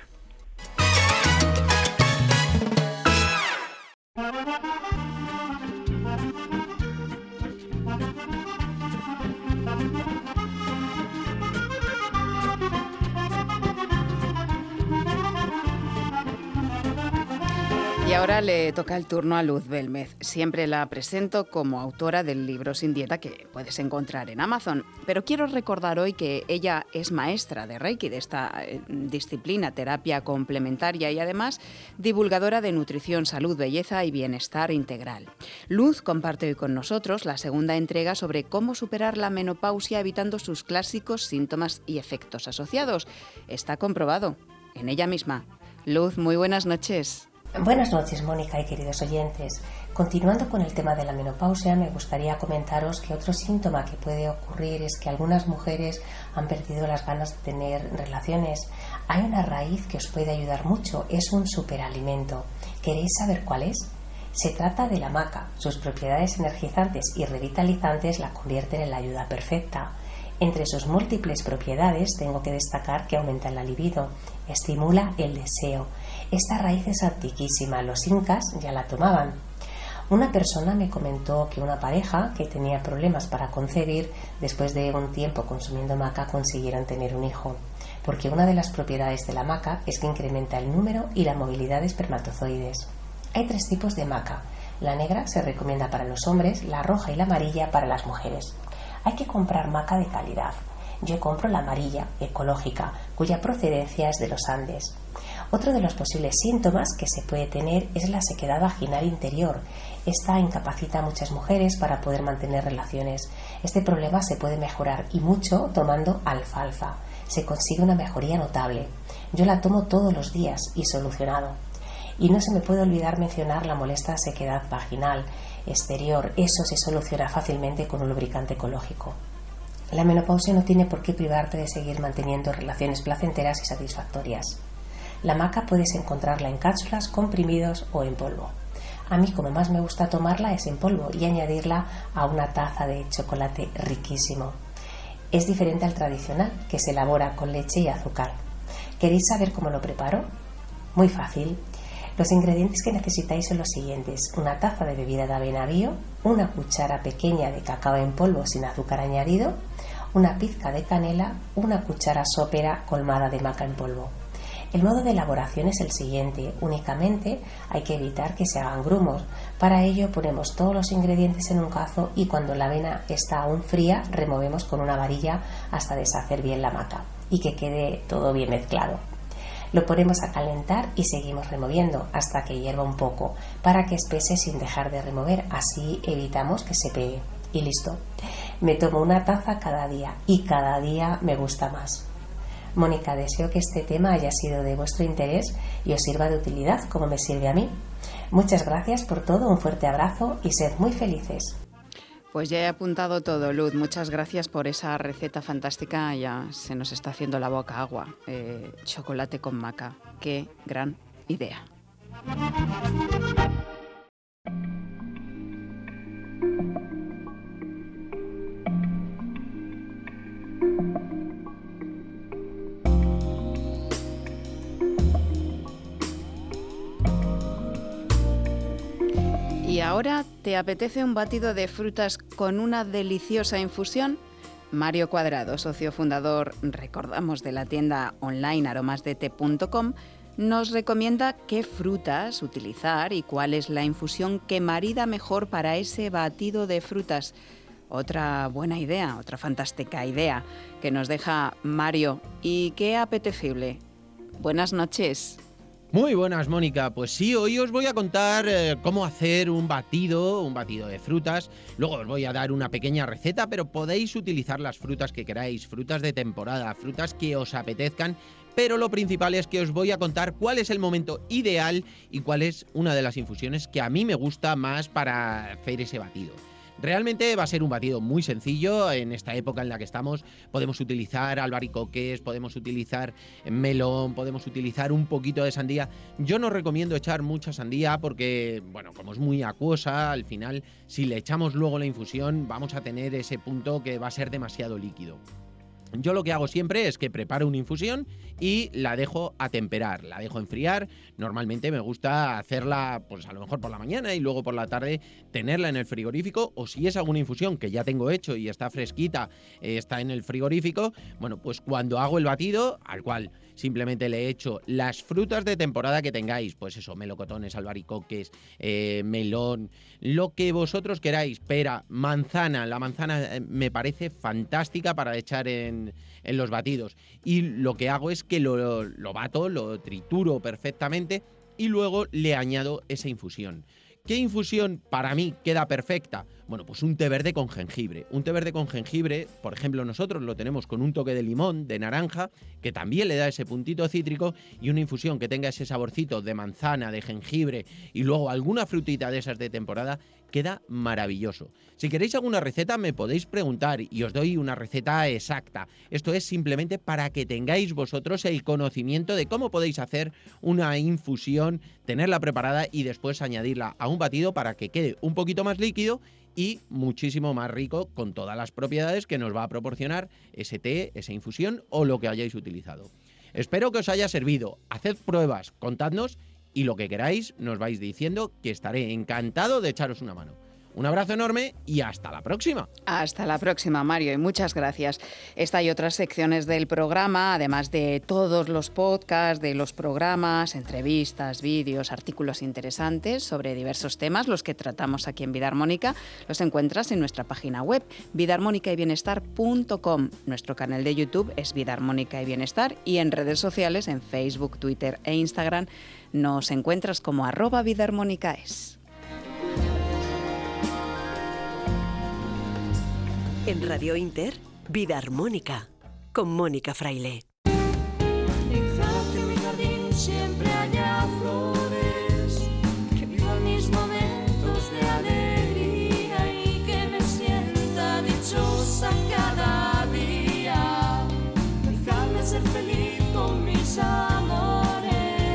Y ahora le toca el turno a Luz Belmez. Siempre la presento como autora del libro Sin Dieta que puedes encontrar en Amazon. Pero quiero recordar hoy que ella es maestra de Reiki, de esta disciplina, terapia complementaria, y además divulgadora de nutrición, salud, belleza y bienestar integral. Luz comparte hoy con nosotros la segunda entrega sobre cómo superar la menopausia evitando sus clásicos síntomas y efectos asociados. Está comprobado en ella misma. Luz, muy buenas noches. Buenas noches, Mónica y queridos oyentes. Continuando con el tema de la menopausia, me gustaría comentaros que otro síntoma que puede ocurrir es que algunas mujeres han perdido las ganas de tener relaciones. Hay una raíz que os puede ayudar mucho, es un superalimento. ¿Queréis saber cuál es? Se trata de la maca. Sus propiedades energizantes y revitalizantes la convierten en la ayuda perfecta. Entre sus múltiples propiedades tengo que destacar que aumenta la libido, estimula el deseo. Esta raíz es antiquísima, los incas ya la tomaban. Una persona me comentó que una pareja que tenía problemas para concebir, después de un tiempo consumiendo maca consiguieron tener un hijo, porque una de las propiedades de la maca es que incrementa el número y la movilidad de espermatozoides. Hay 3 tipos de maca. La negra se recomienda para los hombres, la roja y la amarilla para las mujeres. Hay que comprar maca de calidad. Yo compro la amarilla, ecológica, cuya procedencia es de los Andes. Otro de los posibles síntomas que se puede tener es la sequedad vaginal interior. Esta incapacita a muchas mujeres para poder mantener relaciones. Este problema se puede mejorar y mucho tomando alfalfa. Se consigue una mejoría notable. Yo la tomo todos los días y solucionado. Y no se me puede olvidar mencionar la molesta sequedad vaginal exterior. Eso se soluciona fácilmente con un lubricante ecológico. La menopausia no tiene por qué privarte de seguir manteniendo relaciones placenteras y satisfactorias. La maca puedes encontrarla en cápsulas, comprimidos o en polvo. A mí, como más me gusta tomarla, es en polvo y añadirla a una taza de chocolate riquísimo. Es diferente al tradicional, que se elabora con leche y azúcar. ¿Queréis saber cómo lo preparo? Muy fácil. Los ingredientes que necesitáis son los siguientes: una taza de bebida de avena bio, una cuchara pequeña de cacao en polvo sin azúcar añadido, una pizca de canela, una cuchara sopera colmada de maca en polvo. El modo de elaboración es el siguiente: únicamente hay que evitar que se hagan grumos. Para ello ponemos todos los ingredientes en un cazo y cuando la avena está aún fría removemos con una varilla hasta deshacer bien la maca y que quede todo bien mezclado. Lo ponemos a calentar y seguimos removiendo hasta que hierva un poco para que espese sin dejar de remover, así evitamos que se pegue. Y listo. Me tomo una taza cada día y cada día me gusta más. Mónica, deseo que este tema haya sido de vuestro interés y os sirva de utilidad como me sirve a mí. Muchas gracias por todo, un fuerte abrazo y sed muy felices. Pues ya he apuntado todo, Luz. Muchas gracias por esa receta fantástica. Ya se nos está haciendo la boca agua. Chocolate con maca. Qué gran idea. ¿Y ahora te apetece un batido de frutas con una deliciosa infusión? Mario Cuadrado, socio fundador, recordamos, de la tienda online aromasdete.com, nos recomienda qué frutas utilizar y cuál es la infusión que marida mejor para ese batido de frutas. Otra buena idea, otra fantástica idea que nos deja Mario. Y qué apetecible. Buenas noches. Muy buenas, Mónica. Pues sí, hoy os voy a contar cómo hacer un batido de frutas. Luego os voy a dar una pequeña receta, pero podéis utilizar las frutas que queráis, frutas de temporada, frutas que os apetezcan. Pero lo principal es que os voy a contar cuál es el momento ideal y cuál es una de las infusiones que a mí me gusta más para hacer ese batido. Realmente va a ser un batido muy sencillo en esta época en la que estamos. Podemos utilizar albaricoques, podemos utilizar melón, podemos utilizar un poquito de sandía. Yo no recomiendo echar mucha sandía porque, bueno, como es muy acuosa, al final si le echamos luego la infusión vamos a tener ese punto que va a ser demasiado líquido. Yo lo que hago siempre es que preparo una infusión y la dejo a temperar, la dejo enfriar. Normalmente me gusta hacerla, pues a lo mejor por la mañana y luego por la tarde tenerla en el frigorífico, o si es alguna infusión que ya tengo hecho y está fresquita, está en el frigorífico, bueno, pues cuando hago el batido, al cual simplemente le echo las frutas de temporada que tengáis, pues eso, melocotones, albaricoques, melón, lo que vosotros queráis, pera, manzana. La manzana me parece fantástica para echar en los batidos. Y lo que hago es que lo bato, lo trituro perfectamente y luego le añado esa infusión. ¿Qué infusión para mí queda perfecta? Bueno, pues un té verde con jengibre. Un té verde con jengibre, por ejemplo, nosotros lo tenemos con un toque de limón, de naranja, que también le da ese puntito cítrico, y una infusión que tenga ese saborcito de manzana, de jengibre y luego alguna frutita de esas de temporada, queda maravilloso. Si queréis alguna receta me podéis preguntar y os doy una receta exacta. Esto es simplemente para que tengáis vosotros el conocimiento de cómo podéis hacer una infusión, tenerla preparada y después añadirla a un batido para que quede un poquito más líquido y muchísimo más rico, con todas las propiedades que nos va a proporcionar ese té, esa infusión o lo que hayáis utilizado. Espero que os haya servido. Haced pruebas, contadnos y lo que queráis nos vais diciendo, que estaré encantado de echaros una mano. Un abrazo enorme y hasta la próxima. Hasta la próxima, Mario, y muchas gracias. Esta y otras secciones del programa, además de todos los podcasts de los programas, entrevistas, vídeos, artículos interesantes sobre diversos temas, los que tratamos aquí en Vida Armónica, los encuentras en nuestra página web, vidaarmónicayBienestar.com. Nuestro canal de YouTube es Vida Armónica y Bienestar, y en redes sociales, en Facebook, Twitter e Instagram, nos encuentras como @vidaarmónicaes. En Radio Inter, Vida Armónica, con Mónica Fraile. Dejad que en mi jardín siempre haya flores, que vivan mis momentos de alegría y que me sienta dichosa cada día. Dejadme ser feliz con mis amores.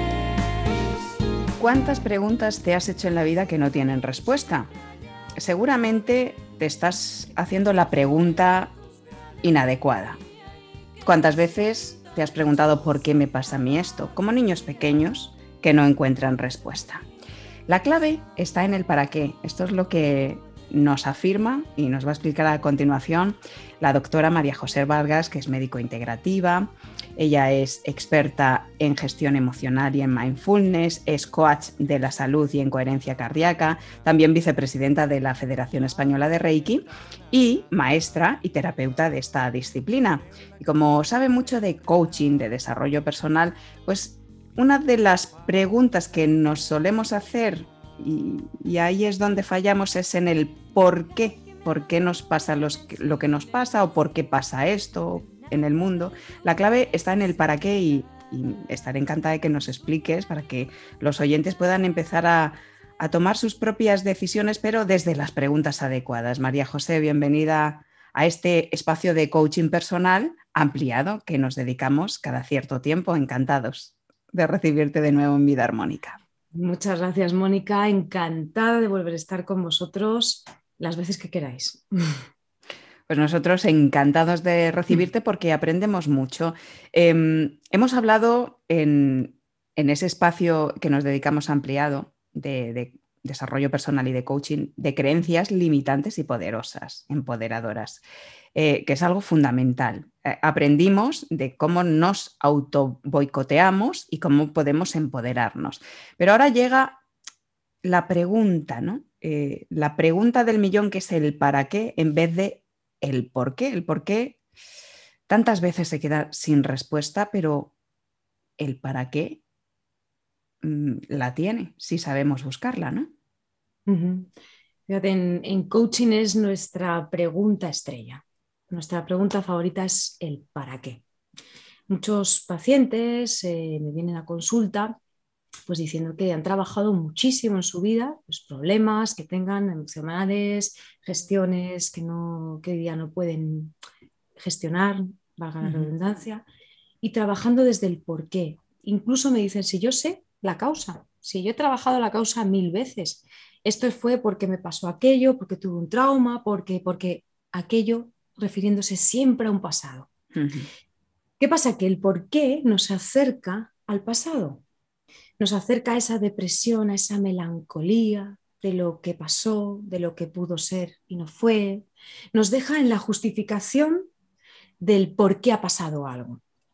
¿Cuántas preguntas te has hecho en la vida que no tienen respuesta? Seguramente te estás haciendo la pregunta inadecuada. ¿Cuántas veces te has preguntado por qué me pasa a mí esto? Como niños pequeños que no encuentran respuesta. La clave está en el para qué. Esto es lo que nos afirma y nos va a explicar a continuación la doctora María José Vargas, que es médico integrativa. Ella es experta en gestión emocional y en mindfulness, es coach de la salud y en coherencia cardíaca, también vicepresidenta de la Federación Española de Reiki y maestra y terapeuta de esta disciplina. Y como sabe mucho de coaching, de desarrollo personal, pues una de las preguntas que nos solemos hacer, y ahí es donde fallamos, es en el por qué. ¿Por qué nos pasa lo que nos pasa o por qué pasa esto en el mundo? La clave está en el para qué y estaré encantada de que nos expliques para que los oyentes puedan empezar a tomar sus propias decisiones, pero desde las preguntas adecuadas. María José, bienvenida a este espacio de coaching personal ampliado que nos dedicamos cada cierto tiempo. Encantados de recibirte de nuevo en Vida Armónica. Muchas gracias, Mónica. Encantada de volver a estar con vosotros las veces que queráis. Pues nosotros encantados de recibirte porque aprendemos mucho. Hemos hablado en ese espacio que nos dedicamos ampliado de desarrollo personal y de coaching, de creencias limitantes y poderosas, empoderadoras, que es algo fundamental. Aprendimos de cómo nos autoboicoteamos y cómo podemos empoderarnos. Pero ahora llega la pregunta, ¿no? La pregunta del millón, que es el para qué en vez de el por qué. El por qué tantas veces se queda sin respuesta, pero el para qué la tiene, si sabemos buscarla, ¿no? Uh-huh. Fíjate, en coaching es nuestra pregunta estrella. Nuestra pregunta favorita es el para qué. Muchos pacientes me vienen a consulta pues diciendo que han trabajado muchísimo en su vida, pues problemas que tengan emocionales, gestiones que hoy día no pueden gestionar, valga la redundancia, y trabajando desde el por qué. Incluso me dicen, si yo sé la causa, si yo he trabajado la causa 1000 veces, esto fue porque me pasó aquello, porque tuve un trauma, porque aquello, refiriéndose siempre a un pasado. ¿Qué pasa? Que el por qué nos acerca al pasado. Nos acerca a esa depresión, a esa melancolía de lo que pasó, de lo que pudo ser y no fue. Nos deja en la justificación del por qué ha pasado algo.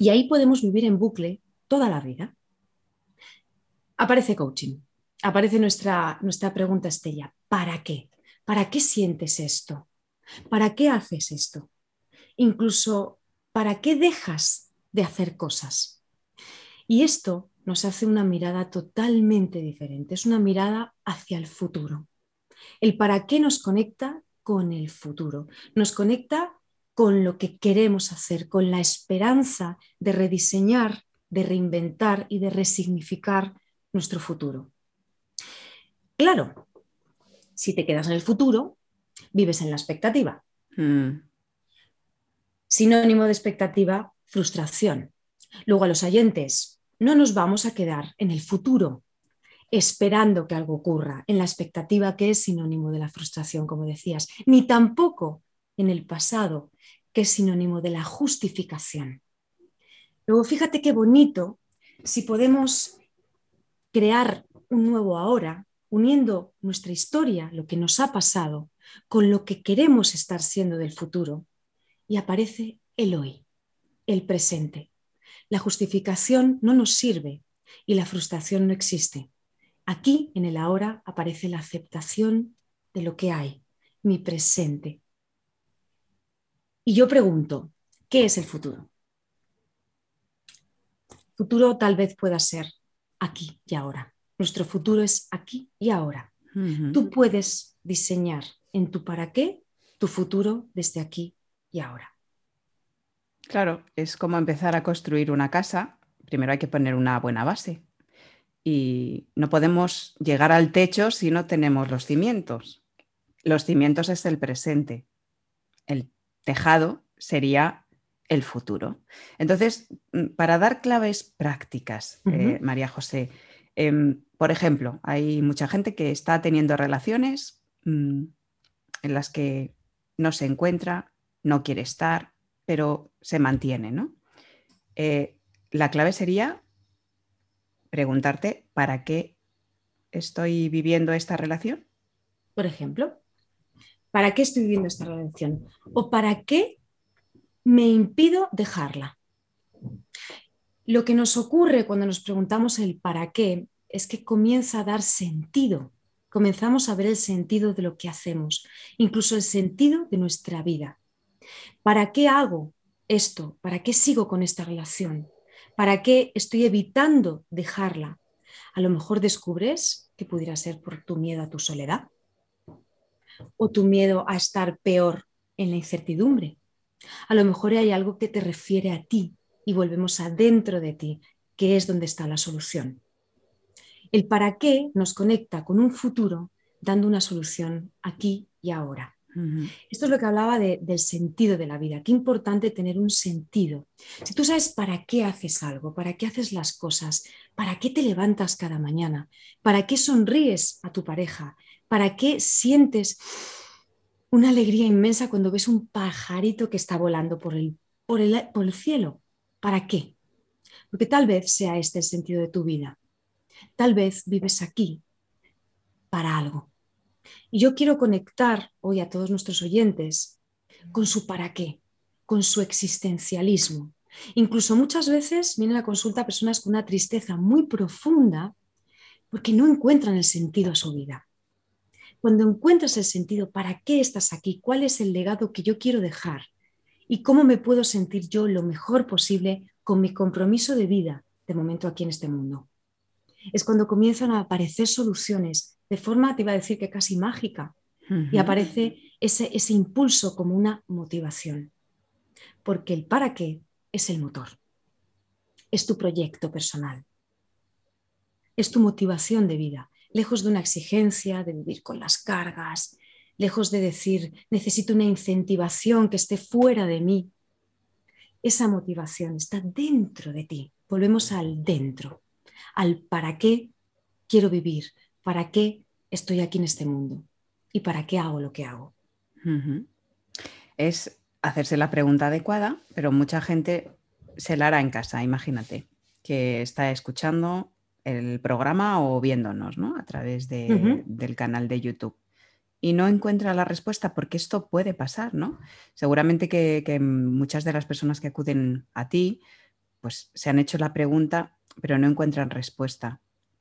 Y ahí podemos vivir en bucle toda la vida. Aparece coaching, aparece nuestra pregunta estrella. ¿Para qué? ¿Para qué sientes esto? ¿Para qué haces esto? Incluso, ¿para qué dejas de hacer cosas? Y esto nos hace una mirada totalmente diferente, es una mirada hacia el futuro. El para qué nos conecta con el futuro, nos conecta con lo que queremos hacer, con la esperanza de rediseñar, de reinventar y de resignificar nuestro futuro. Claro, si te quedas en el futuro, vives en la expectativa. Sinónimo de expectativa, frustración. Luego a los oyentes, no nos vamos a quedar en el futuro esperando que algo ocurra, en la expectativa, que es sinónimo de la frustración, como decías, ni tampoco en el pasado, que es sinónimo de la justificación. Luego fíjate qué bonito si podemos crear un nuevo ahora, uniendo nuestra historia, lo que nos ha pasado, con lo que queremos estar siendo del futuro, y aparece el hoy, el presente. La justificación no nos sirve y la frustración no existe. Aquí, en el ahora, aparece la aceptación de lo que hay, mi presente. Y yo pregunto, ¿qué es el futuro? Futuro tal vez pueda ser aquí y ahora. Nuestro futuro es aquí y ahora. Tú puedes diseñar en tu para qué tu futuro desde aquí y ahora. Claro, es como empezar a construir una casa. Primero hay que poner una buena base. Y no podemos llegar al techo si no tenemos los cimientos. Los cimientos es el presente. El tejado sería el futuro. Entonces, para dar claves prácticas, María José, por ejemplo, hay mucha gente que está teniendo relaciones en las que no se encuentra, no quiere estar, pero se mantiene, ¿no? La clave sería preguntarte, ¿para qué estoy viviendo esta relación? Por ejemplo, ¿para qué estoy viviendo esta relación? ¿O para qué me impido dejarla? Lo que nos ocurre cuando nos preguntamos el para qué es que comienza a dar sentido. Comenzamos a ver el sentido de lo que hacemos, incluso el sentido de nuestra vida. ¿Para qué hago esto? ¿Para qué sigo con esta relación? ¿Para qué estoy evitando dejarla? A lo mejor descubres que pudiera ser por tu miedo a tu soledad o tu miedo a estar peor en la incertidumbre. A lo mejor hay algo que te refiere a ti y volvemos adentro de ti, que es donde está la solución. El para qué nos conecta con un futuro dando una solución aquí y ahora. Esto es lo que hablaba del sentido de la vida. Qué importante tener un sentido. Si tú sabes para qué haces algo, para qué haces las cosas, para qué te levantas cada mañana, para qué sonríes a tu pareja, para qué sientes una alegría inmensa cuando ves un pajarito que está volando por el cielo. ¿Para qué? Porque tal vez sea este el sentido de tu vida. Tal vez vives aquí para algo. Y yo quiero conectar hoy a todos nuestros oyentes con su para qué, con su existencialismo. Incluso muchas veces vienen a consulta personas con una tristeza muy profunda porque no encuentran el sentido a su vida. Cuando encuentras el sentido, ¿para qué estás aquí? ¿Cuál es el legado que yo quiero dejar? ¿Y cómo me puedo sentir yo lo mejor posible con mi compromiso de vida de momento aquí en este mundo? Es cuando comienzan a aparecer soluciones de forma, te iba a decir que casi mágica, y aparece ese impulso como una motivación. Porque el para qué es el motor, es tu proyecto personal, es tu motivación de vida, lejos de una exigencia de vivir con las cargas, lejos de decir necesito una incentivación que esté fuera de mí. Esa motivación está dentro de ti. Volvemos al dentro, al para qué quiero vivir, para qué estoy aquí en este mundo y para qué hago lo que hago. Es hacerse la pregunta adecuada, pero mucha gente se la hará en casa, imagínate, que está escuchando el programa o viéndonos, ¿no? A través del canal de YouTube. Y no encuentra la respuesta porque esto puede pasar, ¿no? Seguramente que muchas de las personas que acuden a ti pues se han hecho la pregunta, pero no encuentran respuesta.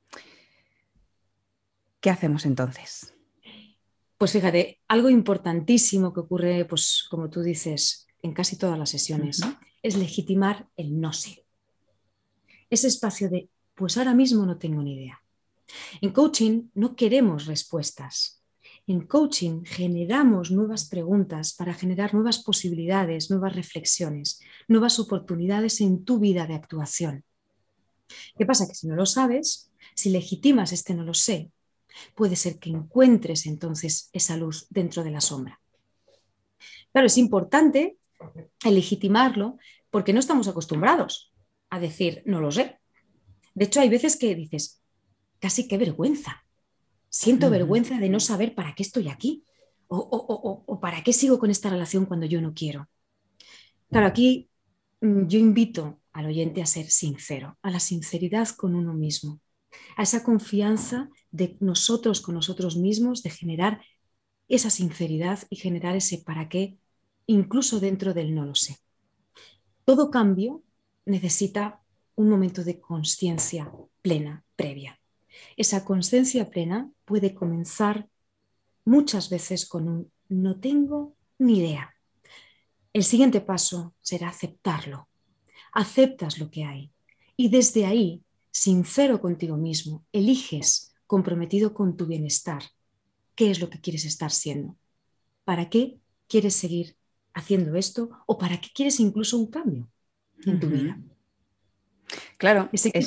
¿Qué hacemos entonces? Pues fíjate, algo importantísimo que ocurre, pues como tú dices, en casi todas las sesiones, es legitimar el no sé. Ese espacio de, pues ahora mismo no tengo ni idea. En coaching no queremos respuestas. En coaching generamos nuevas preguntas para generar nuevas posibilidades, nuevas reflexiones, nuevas oportunidades en tu vida de actuación. ¿Qué pasa? Que si no lo sabes, si legitimas este no lo sé, puede ser que encuentres entonces esa luz dentro de la sombra. Claro, es importante legitimarlo porque no estamos acostumbrados a decir no lo sé. De hecho, hay veces que dices, casi qué vergüenza. Siento vergüenza de no saber para qué estoy aquí o para qué sigo con esta relación cuando yo no quiero. Claro, aquí yo invito al oyente a ser sincero, a la sinceridad con uno mismo, a esa confianza de nosotros con nosotros mismos, de generar esa sinceridad y generar ese para qué, incluso dentro del no lo sé. Todo cambio necesita un momento de consciencia plena, previa. Esa consciencia plena puede comenzar muchas veces con un no tengo ni idea. El siguiente paso será aceptarlo. Aceptas lo que hay y desde ahí, sincero contigo mismo, eliges comprometido con tu bienestar. ¿Qué es lo que quieres estar siendo? ¿Para qué quieres seguir haciendo esto o para qué quieres incluso un cambio en tu vida? Claro,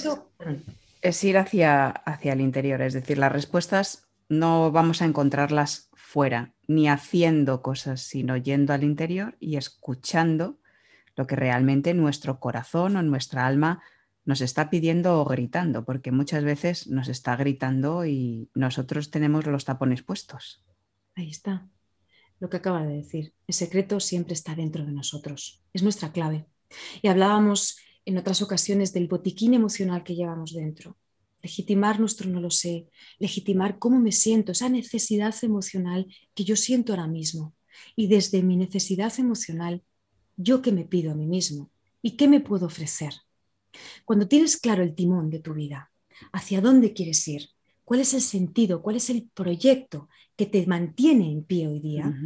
es ir hacia el interior, es decir, las respuestas no vamos a encontrarlas fuera, ni haciendo cosas, sino yendo al interior y escuchando lo que realmente nuestro corazón o nuestra alma nos está pidiendo o gritando, porque muchas veces nos está gritando y nosotros tenemos los tapones puestos. Ahí está, lo que acaba de decir. El secreto siempre está dentro de nosotros, es nuestra clave. Y hablábamos en otras ocasiones del botiquín emocional que llevamos dentro. Legitimar nuestro no lo sé, legitimar cómo me siento, esa necesidad emocional que yo siento ahora mismo. Y desde mi necesidad emocional, ¿yo qué me pido a mí mismo? ¿Y qué me puedo ofrecer? Cuando tienes claro el timón de tu vida, hacia dónde quieres ir, cuál es el sentido, cuál es el proyecto que te mantiene en pie hoy día,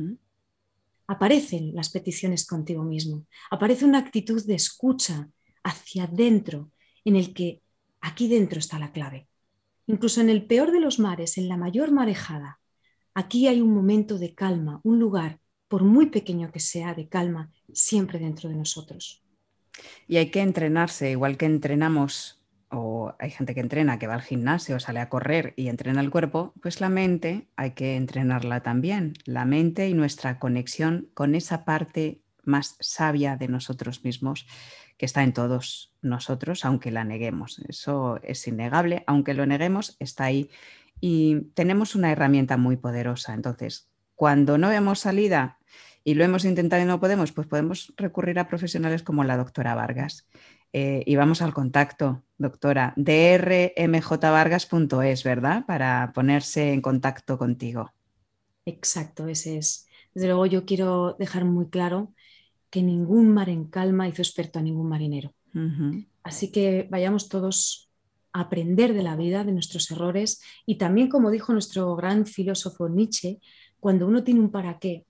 aparecen las peticiones contigo mismo, aparece una actitud de escucha hacia adentro, en el que aquí dentro está la clave. Incluso en el peor de los mares, en la mayor marejada, aquí hay un momento de calma, un lugar, por muy pequeño que sea, de calma, siempre dentro de nosotros. Y hay que entrenarse, igual que entrenamos, o hay gente que entrena, que va al gimnasio, sale a correr y entrena el cuerpo, pues la mente hay que entrenarla también. La mente y nuestra conexión con esa parte más sabia de nosotros mismos que está en todos nosotros, aunque la neguemos. Eso es innegable, aunque lo neguemos, está ahí. Y tenemos una herramienta muy poderosa. Entonces, cuando no vemos salida y lo hemos intentado y no podemos, pues podemos recurrir a profesionales como la doctora Vargas. Y vamos al contacto, doctora, drmjvargas.es, ¿verdad? Para ponerse en contacto contigo. Exacto, ese es. Desde luego yo quiero dejar muy claro que ningún mar en calma hizo experto a ningún marinero. Así que vayamos todos a aprender de la vida, de nuestros errores y también, como dijo nuestro gran filósofo Nietzsche, cuando uno tiene un para qué,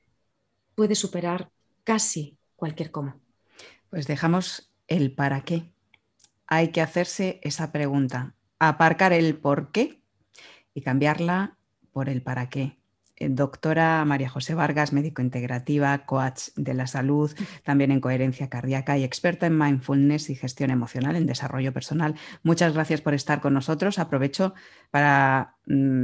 puede superar casi cualquier cómo. Pues dejamos el para qué. Hay que hacerse esa pregunta, aparcar el por qué y cambiarla por el para qué. Doctora María José Vargas, médico integrativa, coach de la salud, también en coherencia cardíaca y experta en mindfulness y gestión emocional, en desarrollo personal. Muchas gracias por estar con nosotros. Aprovecho para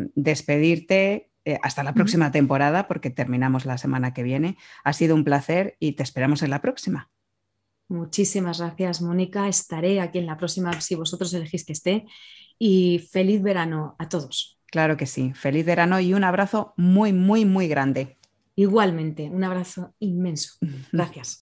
despedirte hasta la próxima temporada, porque terminamos la semana que viene. Ha sido un placer y te esperamos en la próxima. Muchísimas gracias, Mónica. Estaré aquí en la próxima si vosotros elegís que esté. Y feliz verano a todos. Claro que sí. Feliz verano y un abrazo muy, muy, muy grande. Igualmente, un abrazo inmenso. Gracias.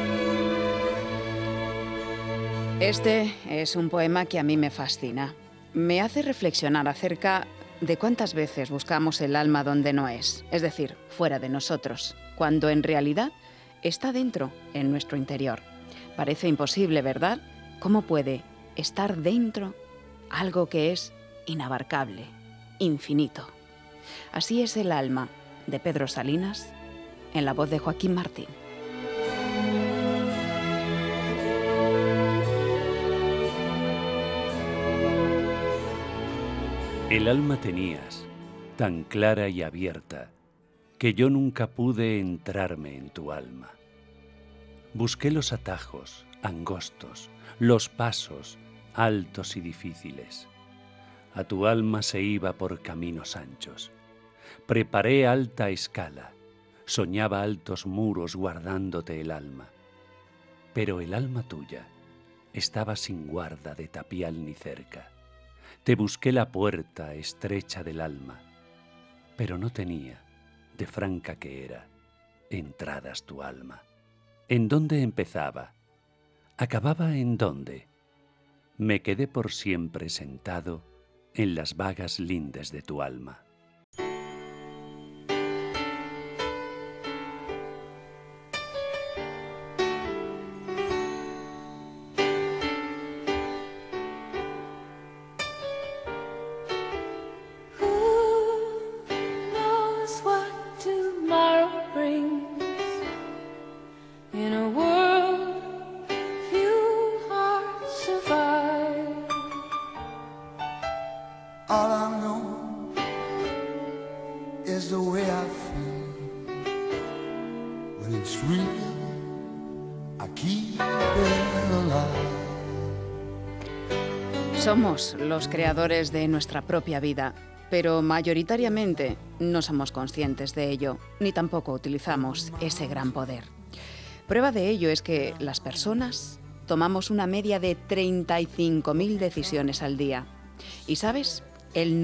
Este es un poema que a mí me fascina. me hace reflexionar acerca de cuántas veces buscamos el alma donde no es decir, fuera de nosotros, cuando en realidad está dentro, en nuestro interior. Parece imposible, ¿verdad? ¿Cómo puede estar dentro algo que es inabarcable, infinito? Así es el alma de Pedro Salinas, en la voz de Joaquín Martín. El alma tenías, tan clara y abierta, que yo nunca pude entrarme en tu alma. Busqué los atajos, angostos, los pasos, altos y difíciles. A tu alma se iba por caminos anchos. Preparé alta escala, soñaba altos muros guardándote el alma. Pero el alma tuya estaba sin guarda de tapial ni cerca. Te busqué la puerta estrecha del alma, pero no tenía, de franca que era, entradas tu alma. ¿En dónde empezaba? ¿Acababa en dónde? Me quedé por siempre sentado en las vagas lindes de tu alma. Somos los creadores de nuestra propia vida, pero mayoritariamente no somos conscientes de ello, ni tampoco utilizamos ese gran poder. Prueba de ello es que las personas tomamos una media de 35.000 decisiones al día. ¿Y sabes? El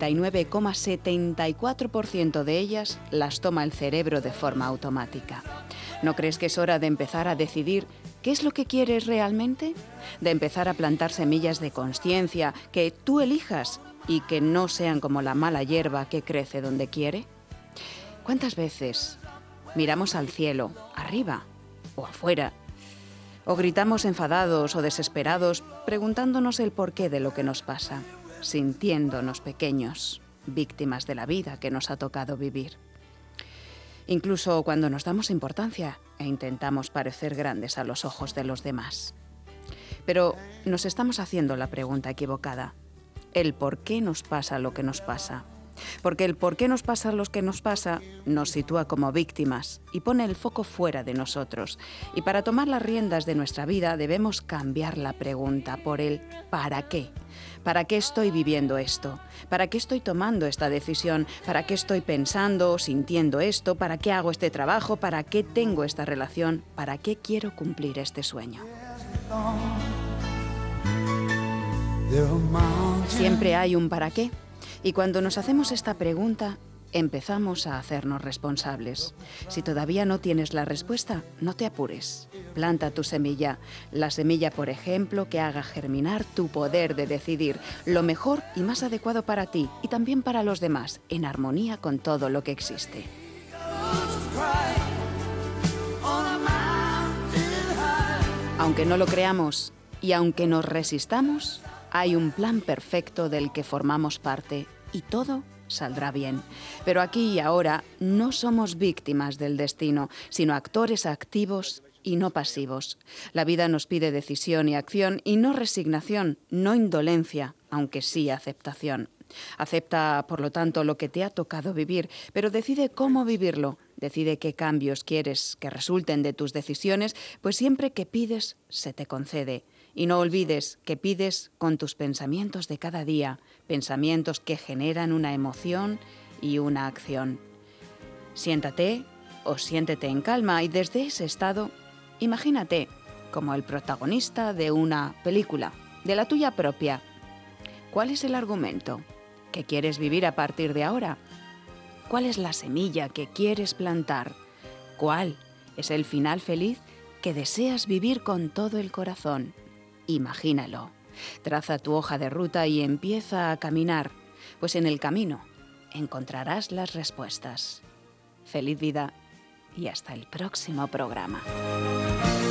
99,74% de ellas las toma el cerebro de forma automática. ¿No crees que es hora de empezar a decidir qué es lo que quieres realmente? De empezar a plantar semillas de consciencia que tú elijas y que no sean como la mala hierba que crece donde quiere. ¿Cuántas veces miramos al cielo, arriba o afuera, o gritamos enfadados o desesperados preguntándonos el porqué de lo que nos pasa, sintiéndonos pequeños, víctimas de la vida que nos ha tocado vivir? Incluso cuando nos damos importancia e intentamos parecer grandes a los ojos de los demás. Pero nos estamos haciendo la pregunta equivocada. El por qué nos pasa lo que nos pasa. Porque el por qué nos pasa lo que nos pasa nos sitúa como víctimas y pone el foco fuera de nosotros. Y para tomar las riendas de nuestra vida debemos cambiar la pregunta por el ¿para qué? ¿Para qué estoy viviendo esto? ¿Para qué estoy tomando esta decisión? ¿Para qué estoy pensando, sintiendo esto? ¿Para qué hago este trabajo? ¿Para qué tengo esta relación? ¿Para qué quiero cumplir este sueño? Siempre hay un para qué. Y cuando nos hacemos esta pregunta, empezamos a hacernos responsables. Si todavía no tienes la respuesta, no te apures. Planta tu semilla. La semilla, por ejemplo, que haga germinar tu poder de decidir lo mejor y más adecuado para ti y también para los demás, en armonía con todo lo que existe. Aunque no lo creamos y aunque nos resistamos, hay un plan perfecto del que formamos parte y todo saldrá bien. Pero aquí y ahora no somos víctimas del destino, sino actores activos y no pasivos. La vida nos pide decisión y acción y no resignación, no indolencia, aunque sí aceptación. Acepta, por lo tanto, lo que te ha tocado vivir, pero decide cómo vivirlo. Decide qué cambios quieres que resulten de tus decisiones, pues siempre que pides, se te concede. Y no olvides que pides con tus pensamientos de cada día, pensamientos que generan una emoción y una acción. Siéntate o siéntete en calma y desde ese estado, imagínate como el protagonista de una película, de la tuya propia. ¿Cuál es el argumento que quieres vivir a partir de ahora? ¿Cuál es la semilla que quieres plantar? ¿Cuál es el final feliz que deseas vivir con todo el corazón? Imagínalo. Traza tu hoja de ruta y empieza a caminar, pues en el camino encontrarás las respuestas. Feliz vida y hasta el próximo programa.